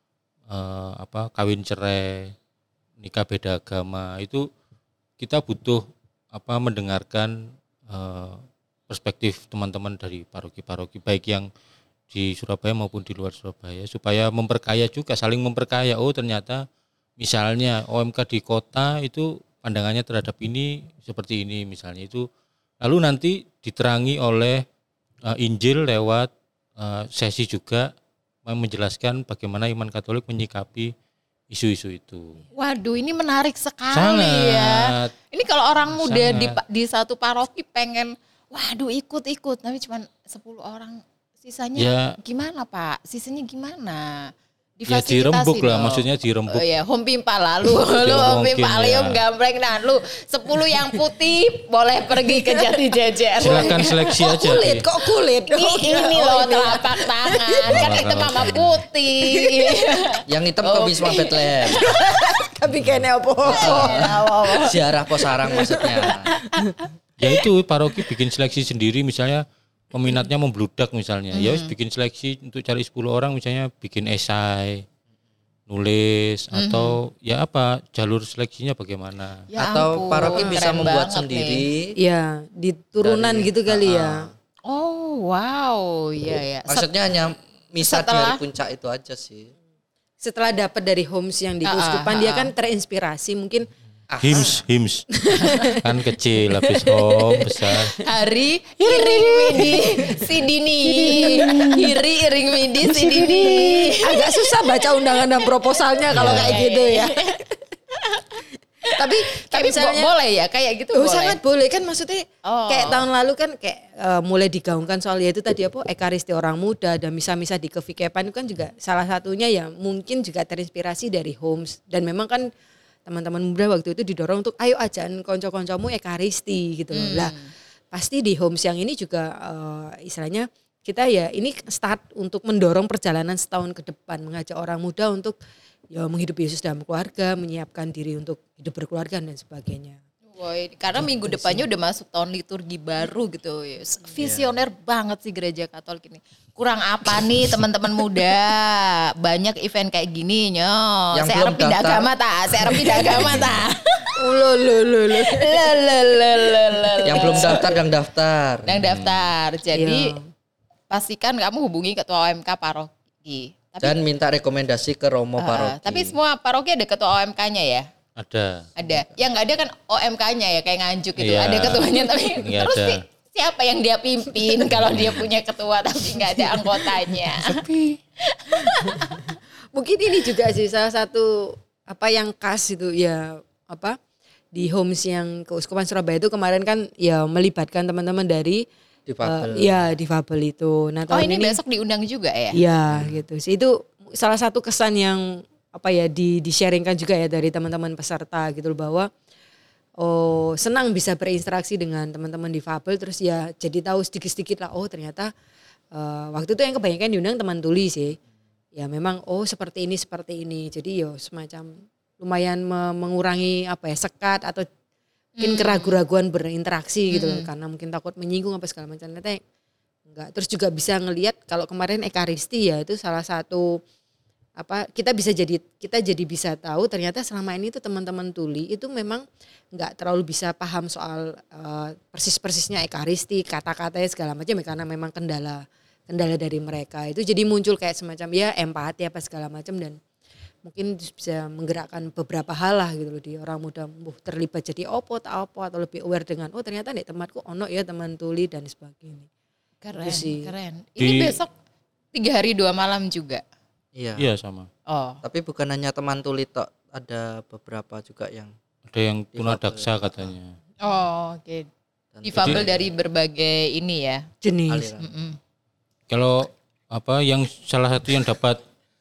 kawin cerai, nikah beda agama, itu kita butuh mendengarkan perspektif teman-teman dari paroki-paroki baik yang di Surabaya maupun di luar Surabaya supaya memperkaya juga, saling memperkaya. Oh ternyata misalnya OMK di kota itu pandangannya terhadap ini seperti ini misalnya itu, lalu nanti diterangi oleh Injil lewat sesi juga menjelaskan bagaimana iman Katolik menyikapi isu-isu itu. Waduh, ini menarik sekali Sangat. ya. Ini kalau orang muda Sangat. di satu paroki pengen, waduh ikut, tapi cuma 10 orang, sisanya Ya. gimana Pak? Sisanya gimana? Ya dirembuk lah, dong. maksudnya dirembuk. Oh ya, home pimpa lalu, lu home mungkin pimpa ya. alium gambreng, nah lu 10 yang putih boleh pergi ke Jati Jajar. Silakan seleksi aja. Ki. Kok kulit? Ini loh telapak tangan, kan itu mama putih. Yang hitam ke Wisma Bethlehem. Tapi kayaknya apa? Ziarah Posarang maksudnya. Ya itu paroki bikin seleksi sendiri, misalnya peminatnya membludak misalnya, ya wis bikin seleksi untuk cari 10 orang, misalnya bikin esai, nulis atau ya jalur seleksinya bagaimana. Ya Atau ampun, paroki bisa keren membuat banget sendiri. Ya, di turunan Dari- gitu kali ya. Oh wow, iya ya. Maksudnya hanya misa setelah- dari puncak itu aja sih. Setelah dapat dari homes yang di keuskupan, dia kan terinspirasi mungkin Hims kan kecil, habis home besar. Hari iring midi si dini, Hiri iring midi si dini. agak susah baca undangan dan proposalnya kalau kayak gitu ya. Tapi misalnya boleh ya kayak gitu oh, boleh. sangat boleh kan, maksudnya Oh. kayak tahun lalu kan kayak mulai digaungkan soal yaitu tadi Ekaristi orang muda dan misa-misa di kevikepan itu kan juga salah satunya ya mungkin juga terinspirasi dari homes, dan memang kan teman-teman muda waktu itu didorong untuk ayo ajan konco-koncomu Ekaristi gitu loh. Lah pasti di homes yang ini juga istilahnya kita ya ini start untuk mendorong perjalanan setahun ke depan, mengajak orang muda untuk ya menghidupi Yesus dalam keluarga, menyiapkan diri untuk hidup berkeluarga dan sebagainya. Woy, karena minggu depannya udah masuk tahun liturgi baru gitu. Visioner banget sih gereja Katolik ini. Kurang apa nih teman-teman muda? Banyak event kayak gini nyo. Yang Saya belum harap pindah daftar. agama ta, saya harap pindah agama ta. Yang belum daftar dan daftar. Dan daftar. Jadi Iya. pastikan kamu hubungi ketua OMK paroki. Dan minta rekomendasi ke Romo Paroki. Tapi semua paroki ada ketua OMK-nya ya? Ada. Yang nggak ada kan OMK-nya ya kayak Nganjuk gitu. Iya. Ada ketuanya tapi Nggak terus ada. siapa yang dia pimpin kalau dia punya ketua tapi nggak ada anggotanya. Mungkin ini juga sih salah satu apa yang khas itu ya apa di Homes yang Keuskupan Surabaya itu kemarin kan ya melibatkan teman-teman dari Difabel. difabel itu. Nah Oh tahun ini besok diundang juga ya? ya gitu sih itu salah satu kesan yang apa ya di-sharingkan juga ya dari teman-teman peserta gitu loh, bahwa senang bisa berinteraksi dengan teman-teman difabel, terus ya jadi tahu sedikit-sedikit lah ternyata waktu itu yang kebanyakan diundang teman tuli sih. Ya memang seperti ini. Jadi yo semacam lumayan mengurangi apa ya sekat atau mungkin keraguan-raguan berinteraksi gitu loh, karena mungkin takut menyinggung apa segala macam. Ternyata enggak. Terus juga bisa ngelihat kalau kemarin Ekaristi ya itu salah satu apa kita jadi bisa tahu ternyata selama ini tuh teman-teman tuli itu memang enggak terlalu bisa paham soal persis-persisnya Ekaristi, kata-katanya segala macam ya, karena memang kendala dari mereka itu jadi muncul kayak semacam ya empati apa segala macam, dan mungkin bisa menggerakkan beberapa hal lah gitu loh di orang muda terlibat jadi opo atau lebih aware dengan ternyata nih tempatku ono ya teman tuli dan sebagainya. Keren, Itu sih. keren. Ini besok 3 hari 2 malam juga. Iya. Iya sama. Oh, Tapi bukan hanya teman tuli tok, ada beberapa juga yang Ada yang tunadaksa katanya. oke. Dan Difabel dari berbagai ini ya. Jenis. aliran. Kalau apa yang salah satu yang dapat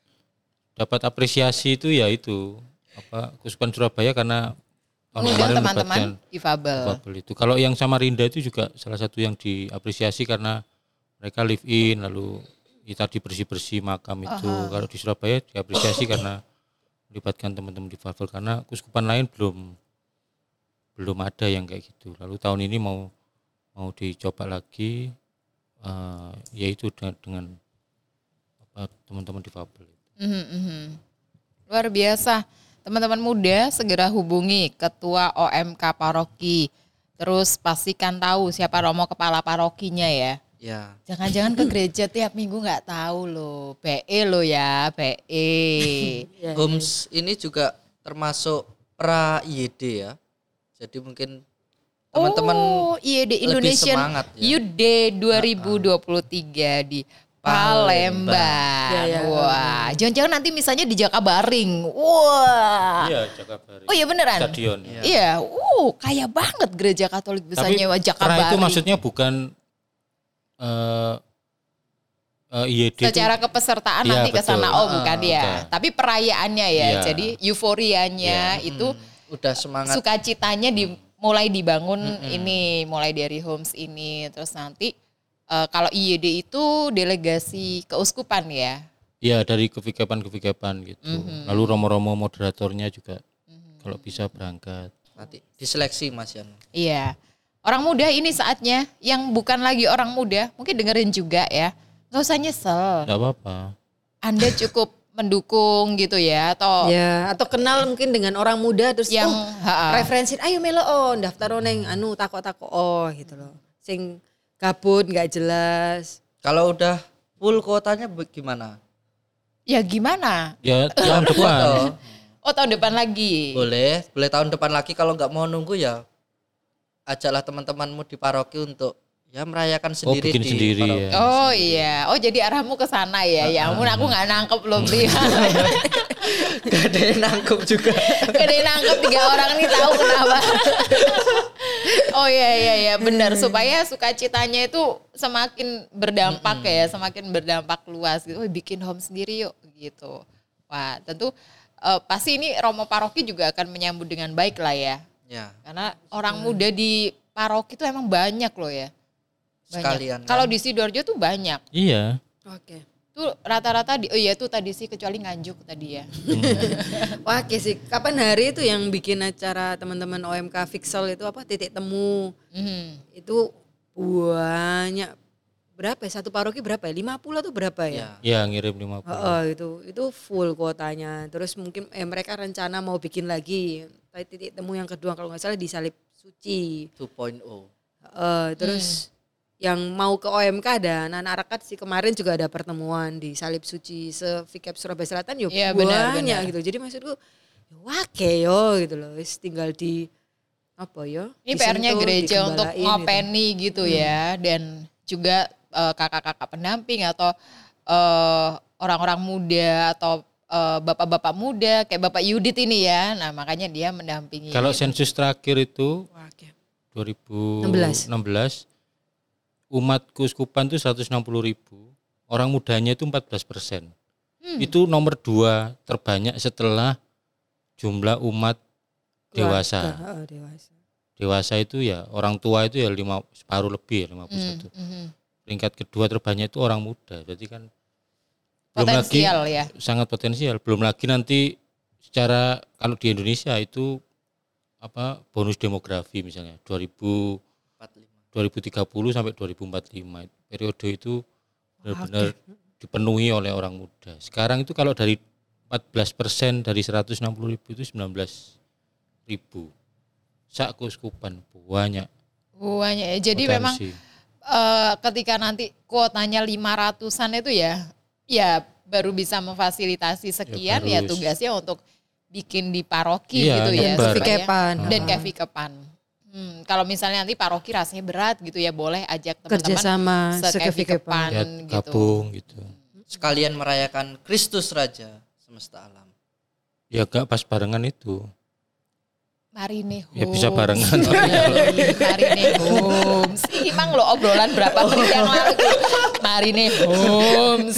apresiasi itu ya itu apa Keuskupan Surabaya karena tahun Mengundang kemarin teman-teman melibatkan difabel. difabel itu. Kalau yang Samarinda itu juga salah satu yang diapresiasi karena mereka live in lalu ya tadi bersih makam itu. Kalau di Surabaya diapresiasi karena melibatkan teman-teman difabel, karena keuskupan lain belum ada yang kayak gitu. Lalu tahun ini mau dicoba lagi yaitu dengan apa, teman-teman difabel. Luar biasa. Teman-teman muda segera hubungi ketua OMK paroki. Terus pastikan tahu siapa romo kepala parokinya ya. Ya. Jangan-jangan ke gereja tiap minggu nggak tahu loh. PE lo ya, PE. Homes ini juga termasuk pra IYD ya. Jadi mungkin teman-teman IYD lebih Indonesian semangat ya. Youth Day 2023 di Palembang. Ya. Wah, jangan-jangan nanti misalnya di Jakabaring. Wah. Iya, Jakabaring. Oh iya beneran? Stadion. Iya, kaya banget gereja Katolik bisa Tapi nyewa pra Jakabaring. itu maksudnya bukan IYD Secara itu, kepesertaan Iya, nanti ke sana betul. bukan ya. Bukan. Tapi perayaannya ya. Iya. Jadi euforianya itu udah semangat. sukacitanya mulai dibangun ini, mulai dari Homes ini, terus nanti kalau IYD itu delegasi keuskupan ya. ya dari kevikapan gitu. Lalu romo-romo moderatornya juga kalau bisa berangkat. Nanti diseleksi Mas Yan. Iya. Orang muda ini saatnya, yang bukan lagi orang muda, mungkin dengerin juga ya. Gak usah nyesel. Enggak apa-apa. Anda cukup mendukung gitu ya, atau Ya, atau kenal mungkin dengan orang muda terus yang referensi ayo melo daftar neng takok gitu loh. Sing gabut nggak jelas. Kalau udah full kuotanya gimana? ya gimana? Ya tahun depan. Oh tahun depan lagi. Boleh tahun depan lagi. Kalau nggak mau nunggu ya ajaklah teman-temanmu di paroki untuk ya merayakan sendiri bikin di sendiri paroki. ya. Oh iya, jadi arahmu ke sana ya. Ya ampun aku nggak nangkep loh Bri. Gak ada yang nangkep juga. Gak ada yang nangkep 3 orang nih tahu kenapa. Oh iya benar, supaya sukacitanya itu semakin berdampak ya, semakin berdampak luas gitu. Bikin home sendiri yuk gitu. Wah tentu pasti ini romo paroki juga akan menyambut dengan baik lah ya. Ya, Karena orang muda di paroki itu emang banyak loh ya. sekalian. Kalau kan. di Sidoarjo tuh banyak. Iya. Oke. Tuh rata-rata tuh tadi sih kecuali Nganjuk tadi ya. Wah, sih. Kapan hari itu yang bikin acara teman-teman OMK Fixel itu apa titik temu? Itu banyak. Berapa ya? Satu paroki berapa ya? 50 atau berapa ya? Ya ngirim 50. Itu full kuotanya. Terus mungkin mereka rencana mau bikin lagi titik temu yang kedua kalau nggak salah di Salib Suci. 2.0. Terus yang mau ke OMK ada anak-anak Arakat sih kemarin juga ada pertemuan di Salib Suci se-Vikep Surabaya Selatan Iya, banyak benar. gitu. Jadi maksudku wake yo gitu loh. Wis tinggal di apa ya? Ini PR-nya disentuh, gereja untuk digembalain ngopeni gitu ya, dan juga kakak-kakak pendamping atau orang-orang muda atau bapak-bapak muda kayak Bapak Yudit ini ya. Nah, makanya dia mendampingi. Kalau sensus terakhir itu Wake. 2016 umat keuskupan itu 160.000, orang mudanya itu 14%. Itu nomor 2 terbanyak setelah jumlah umat dewasa. Dewasa. Dewasa itu ya orang tua itu ya separuh lebih, 51. Peringkat kedua terbanyak itu orang muda. Jadi kan belum lagi Potensial ya. sangat potensial. Belum lagi nanti secara kalau di Indonesia itu bonus demografi misalnya 2030 sampai 2045 periode itu benar-benar dipenuhi oleh orang muda. Sekarang itu kalau dari 14% dari 160.000 itu 19.000. Sak keuskupan banyak. Banyak ya. Jadi potensi. memang ketika nanti kuotanya 500-an itu ya baru bisa memfasilitasi sekian ya tugasnya untuk bikin di paroki gitu ya. Kevikepan. Dan Kevikepan. Kalau misalnya nanti paroki rasanya berat gitu ya, boleh ajak teman-teman Kerjasama se-Kevikepan Ya, gitu. gabung gitu. Sekalian merayakan Kristus Raja semesta alam. Ya gak pas barengan itu. Mari nih Ya bisa barengan. Mari nih Homes. Ini emang lo obrolan berapa menit yang lalu. Mari nih Homes.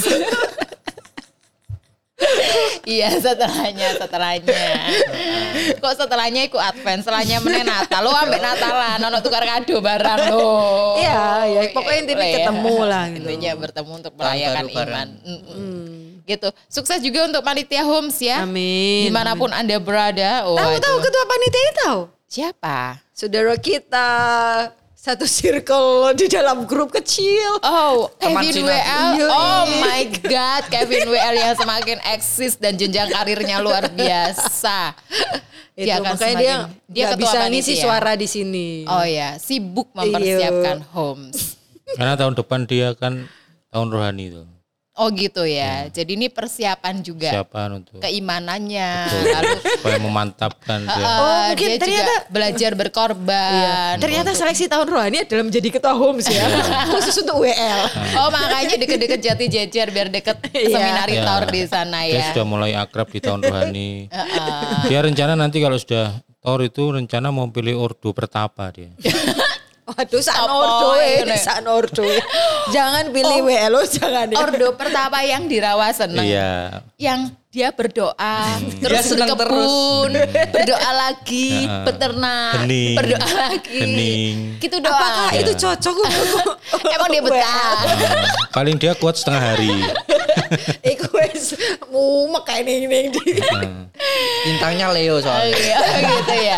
Iya setelahnya. Kok setelahnya ikut Advent, setelahnya meneh Natal. Lo ambek Natalan, ono tukar kado barang lo. Iya, pokoknya intinya ketemu lah gitu. Intinya bertemu untuk merayakan baru iman. Gitu. Sukses juga untuk panitia Homes ya. Amin. Dimanapun Anda berada. Tahu ketua panitia tahu? Siapa? Saudara kita satu circle di dalam grup kecil. Oh, Teman Kevin Cina. WL. Iya. Oh my God, Kevin WL yang semakin eksis dan jenjang karirnya luar biasa. Itu Dia akan makanya dia ketua bisa panitia. ngisi suara di sini. Oh ya, sibuk mempersiapkan Homes. Karena tahun depan dia kan tahun rohani itu. Oh gitu ya. Jadi ini persiapan juga. Siapaan untuk Keimanannya. betul, Lalu supaya memantapkan dia. mungkin dia ternyata juga belajar berkorban. ternyata seleksi tahun rohani adalah menjadi ketua Homes ya. Khusus untuk WL. Oh makanya deket-deket Jati Jejer biar deket seminaritor Ya. di sana Dia ya. sudah mulai akrab di tahun rohani. Dia rencana nanti kalau sudah Tor itu rencana mau pilih ordo pertapa dia. Waduh, Apa ini? sanordo. Jangan pilih WL, jangan ya. Ordo pertapa yang dirawat seneng. Iya. Yang dia berdoa, Dia terus seneng berkebun, berdoa lagi, beternak, Hening. berdoa lagi. Hening. Gitu doang. Apakah itu cocok untuk Emang dia betah? Paling dia kuat setengah hari. Iku wis mumek kayak ning di. Bintangnya Leo soalnya. Gitu ya.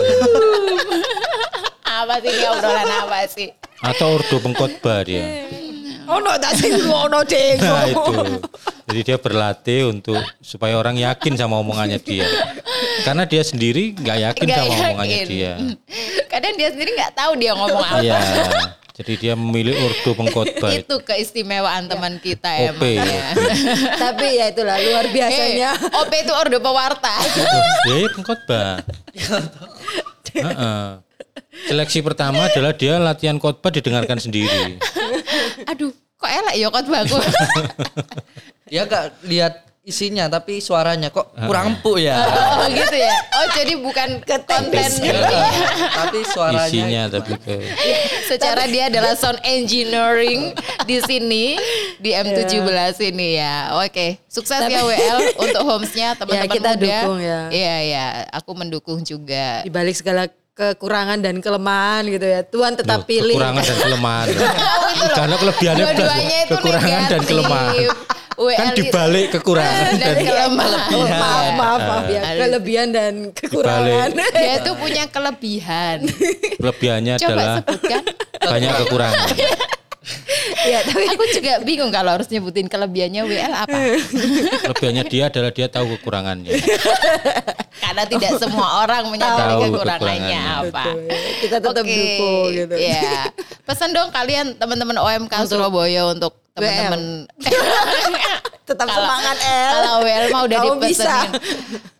Apa sih ini obrolan apa sih? Atau ordo pengkhotbah dia. Ono tak sing ono deng. Nah itu. Jadi dia berlatih untuk supaya orang yakin sama omongannya dia. Karena dia sendiri nggak yakin Nggak sama omongannya yakin. dia. Kadang dia sendiri nggak tahu dia ngomong apa. Iya. Jadi dia memilih ordo pengkhotbah. Itu keistimewaan teman kita OP. emang ya. Tapi ya itulah luar biasanya. OP itu Ordo Pewarta. Dia pengkhotbah. Heeh. Seleksi pertama adalah dia latihan khotbah didengarkan sendiri. Aduh, kok elek ya khotbahku. Dia gak lihat isinya tapi suaranya kok kurang empuk ya. Oh gitu ya. Oh jadi bukan konten Tapi suaranya Isinya tapi ke secara dia adalah sound engineering di sini di M17 ini ya. Oke, sukses ya WL untuk Homes-nya teman-teman Ya, kita muda. dukung ya. Iya, aku mendukung juga. Di balik segala kekurangan dan kelemahan gitu ya. Tuhan tetap pilih. kekurangan dan kelemahan. Karena kelebihannya Dua-duanya itu kekurangan dan negatif. kelemahan. Kan dibalik kekurangan dan kelemahan. Oh, maaf ya. Kelebihan dan kekurangan. Dia tuh punya kelebihan. Kelebihannya Coba adalah sebutkan. banyak kekurangan. Ya, tapi Aku juga bingung kalau harus nyebutin kelebihannya WL apa. Kelebihannya dia adalah dia tahu kekurangannya. Karena tidak semua orang menyadari Tahu kekurangannya kekurangannya. apa. betul. Kita tetap Oke, dukung gitu. Iya. Pesan dong kalian teman-teman OMK Surabaya untuk teman-teman Tetap Kalau- semangat El. kalau WL mah udah Kamu bisa. dipesenin.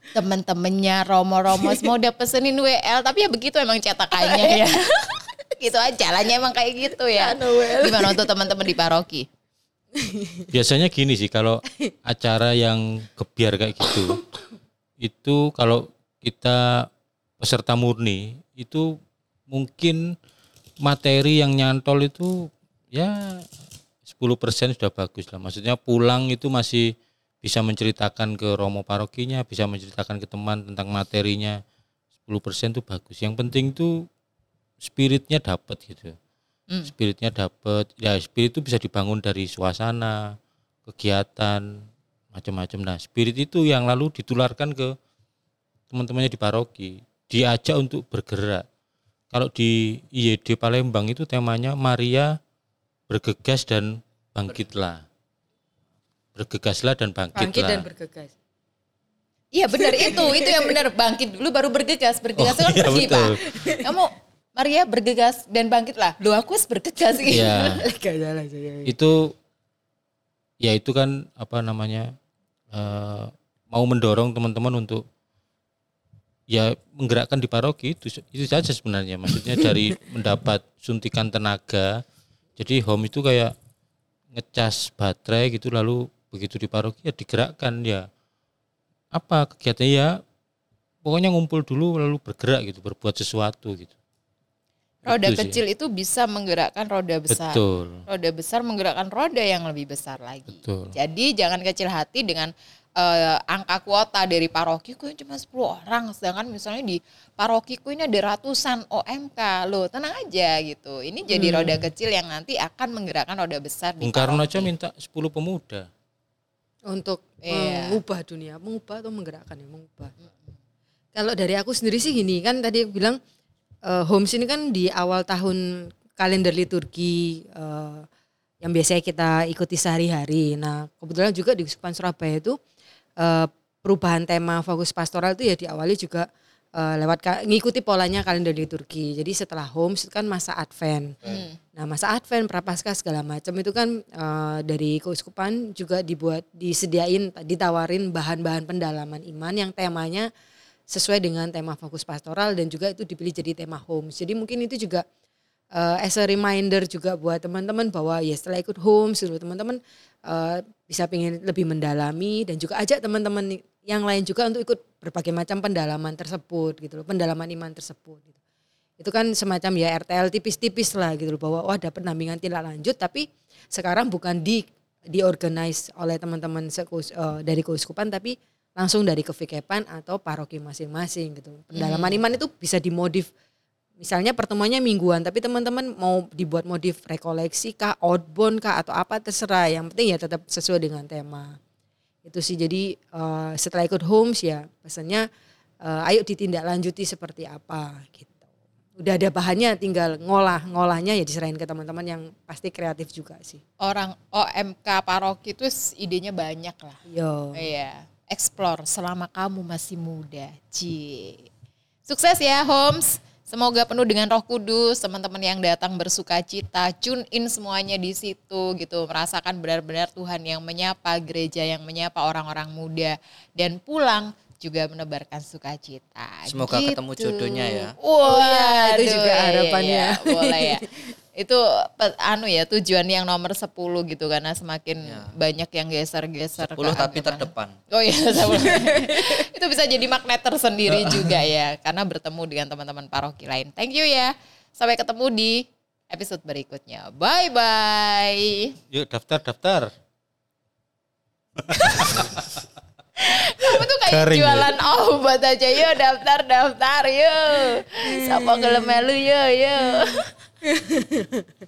temen-temennya romo-romo semua udah pesenin WL, tapi ya begitu emang cetakannya ya. Gitu aja jalannya emang kayak gitu ya. Gimana untuk teman-teman di paroki? Biasanya gini sih, kalau acara yang gebiar kayak gitu, itu kalau kita peserta murni itu mungkin materi yang nyantol itu ya 10% sudah bagus lah. Maksudnya pulang itu masih bisa menceritakan ke romo parokinya, bisa menceritakan ke teman tentang materinya. 10% itu bagus. Yang penting itu spiritnya dapat gitu. Spiritnya dapat. Ya spirit itu bisa dibangun dari suasana, kegiatan, macam-macam. Nah, spirit itu yang lalu ditularkan ke teman-temannya di paroki. Diajak untuk bergerak. Kalau di IYD Palembang itu temanya Maria bergegas dan bangkitlah. Bergegaslah dan bangkitlah. Bangkit dan bergegas. Iya benar itu yang benar, bangkit dulu baru bergegas kan iya, pergi betul. Pak. Kamu Maria bergegas dan bangkitlah. Loh aku harus bergegas gitu. Iya. Gak salah saya. Itu ya itu kan apa namanya mau mendorong teman-teman untuk ya menggerakkan di paroki itu saja sebenarnya. Maksudnya dari mendapat suntikan tenaga. Jadi home itu kayak ngecas baterai gitu, lalu begitu di paroki ya digerakkan ya. Apa kegiatannya ya pokoknya ngumpul dulu lalu bergerak gitu, berbuat sesuatu gitu. Roda Itu kecil sih. itu bisa menggerakkan roda besar. Betul. Roda besar menggerakkan roda yang lebih besar lagi. Betul. Jadi jangan kecil hati dengan angka kuota dari parokiku yang cuma 10 orang. Sedangkan misalnya di parokiku ini ada ratusan OMK. Loh tenang aja gitu. Ini jadi roda kecil yang nanti akan menggerakkan roda besar di Bung Karno paroki. aja minta 10 pemuda. Untuk Iya. mengubah dunia, mengubah atau menggerakkan ya, mengubah. Kalau dari aku sendiri sih gini, kan tadi bilang Homes ini kan di awal tahun kalender liturgi yang biasanya kita ikuti sehari-hari. Nah kebetulan juga di Uskupan Surabaya itu perubahan tema fokus pastoral itu ya diawali juga lewat ngikuti polanya kalender liturgi. Jadi setelah Homes itu kan masa Advent. Nah masa Advent, Prapaskah segala macam itu kan dari keuskupan juga ditawarin bahan-bahan pendalaman iman yang temanya sesuai dengan tema fokus pastoral dan juga itu dipilih jadi tema Homes. Jadi mungkin itu juga as a reminder juga buat teman-teman bahwa ya setelah ikut Homes teman-teman bisa pengen lebih mendalami dan juga ajak teman-teman yang lain juga untuk ikut berbagai macam pendalaman tersebut gitu loh, pendalaman iman tersebut gitu. Itu kan semacam ya RTL tipis-tipis lah gitu loh, bahwa ada pendampingan tindak lanjut tapi sekarang bukan diorganize oleh teman-teman dari keuskupan tapi langsung dari kevikepan atau paroki masing-masing gitu. Pendalaman iman itu bisa dimodif. Misalnya pertemuannya mingguan tapi teman-teman mau dibuat modif rekoleksi kah, outbound kah atau apa terserah. Yang penting ya tetap sesuai dengan tema. Itu sih jadi setelah ikut Homes ya pesannya ayo ditindaklanjuti seperti apa gitu. Udah ada bahannya tinggal ngolahnya ya diserahin ke teman-teman yang pasti kreatif juga sih. Orang OMK paroki itu idenya banyak lah. Yo. Iya. Explore selama kamu masih muda. Sukses ya Homes. Semoga penuh dengan Roh Kudus, teman-teman yang datang bersuka cita, tune in semuanya di situ gitu, merasakan benar-benar Tuhan yang menyapa, gereja yang menyapa orang-orang muda dan pulang juga menebarkan sukacita. Semoga gitu. ketemu jodohnya ya. Wah, itu juga harapannya. Ya, boleh ya. Itu tujuan yang nomor 10 gitu karena semakin banyak yang geser-geser 10 tapi terdepan. Oh iya, 10. Itu bisa jadi magnet tersendiri juga ya karena bertemu dengan teman-teman paroki lain. Thank you ya. Sampai ketemu di episode berikutnya. Bye bye. Yuk daftar. Kamu tuh kayak Garing, jualan obat aja. Yuk daftar yuk. Sapa gelem melu yuk.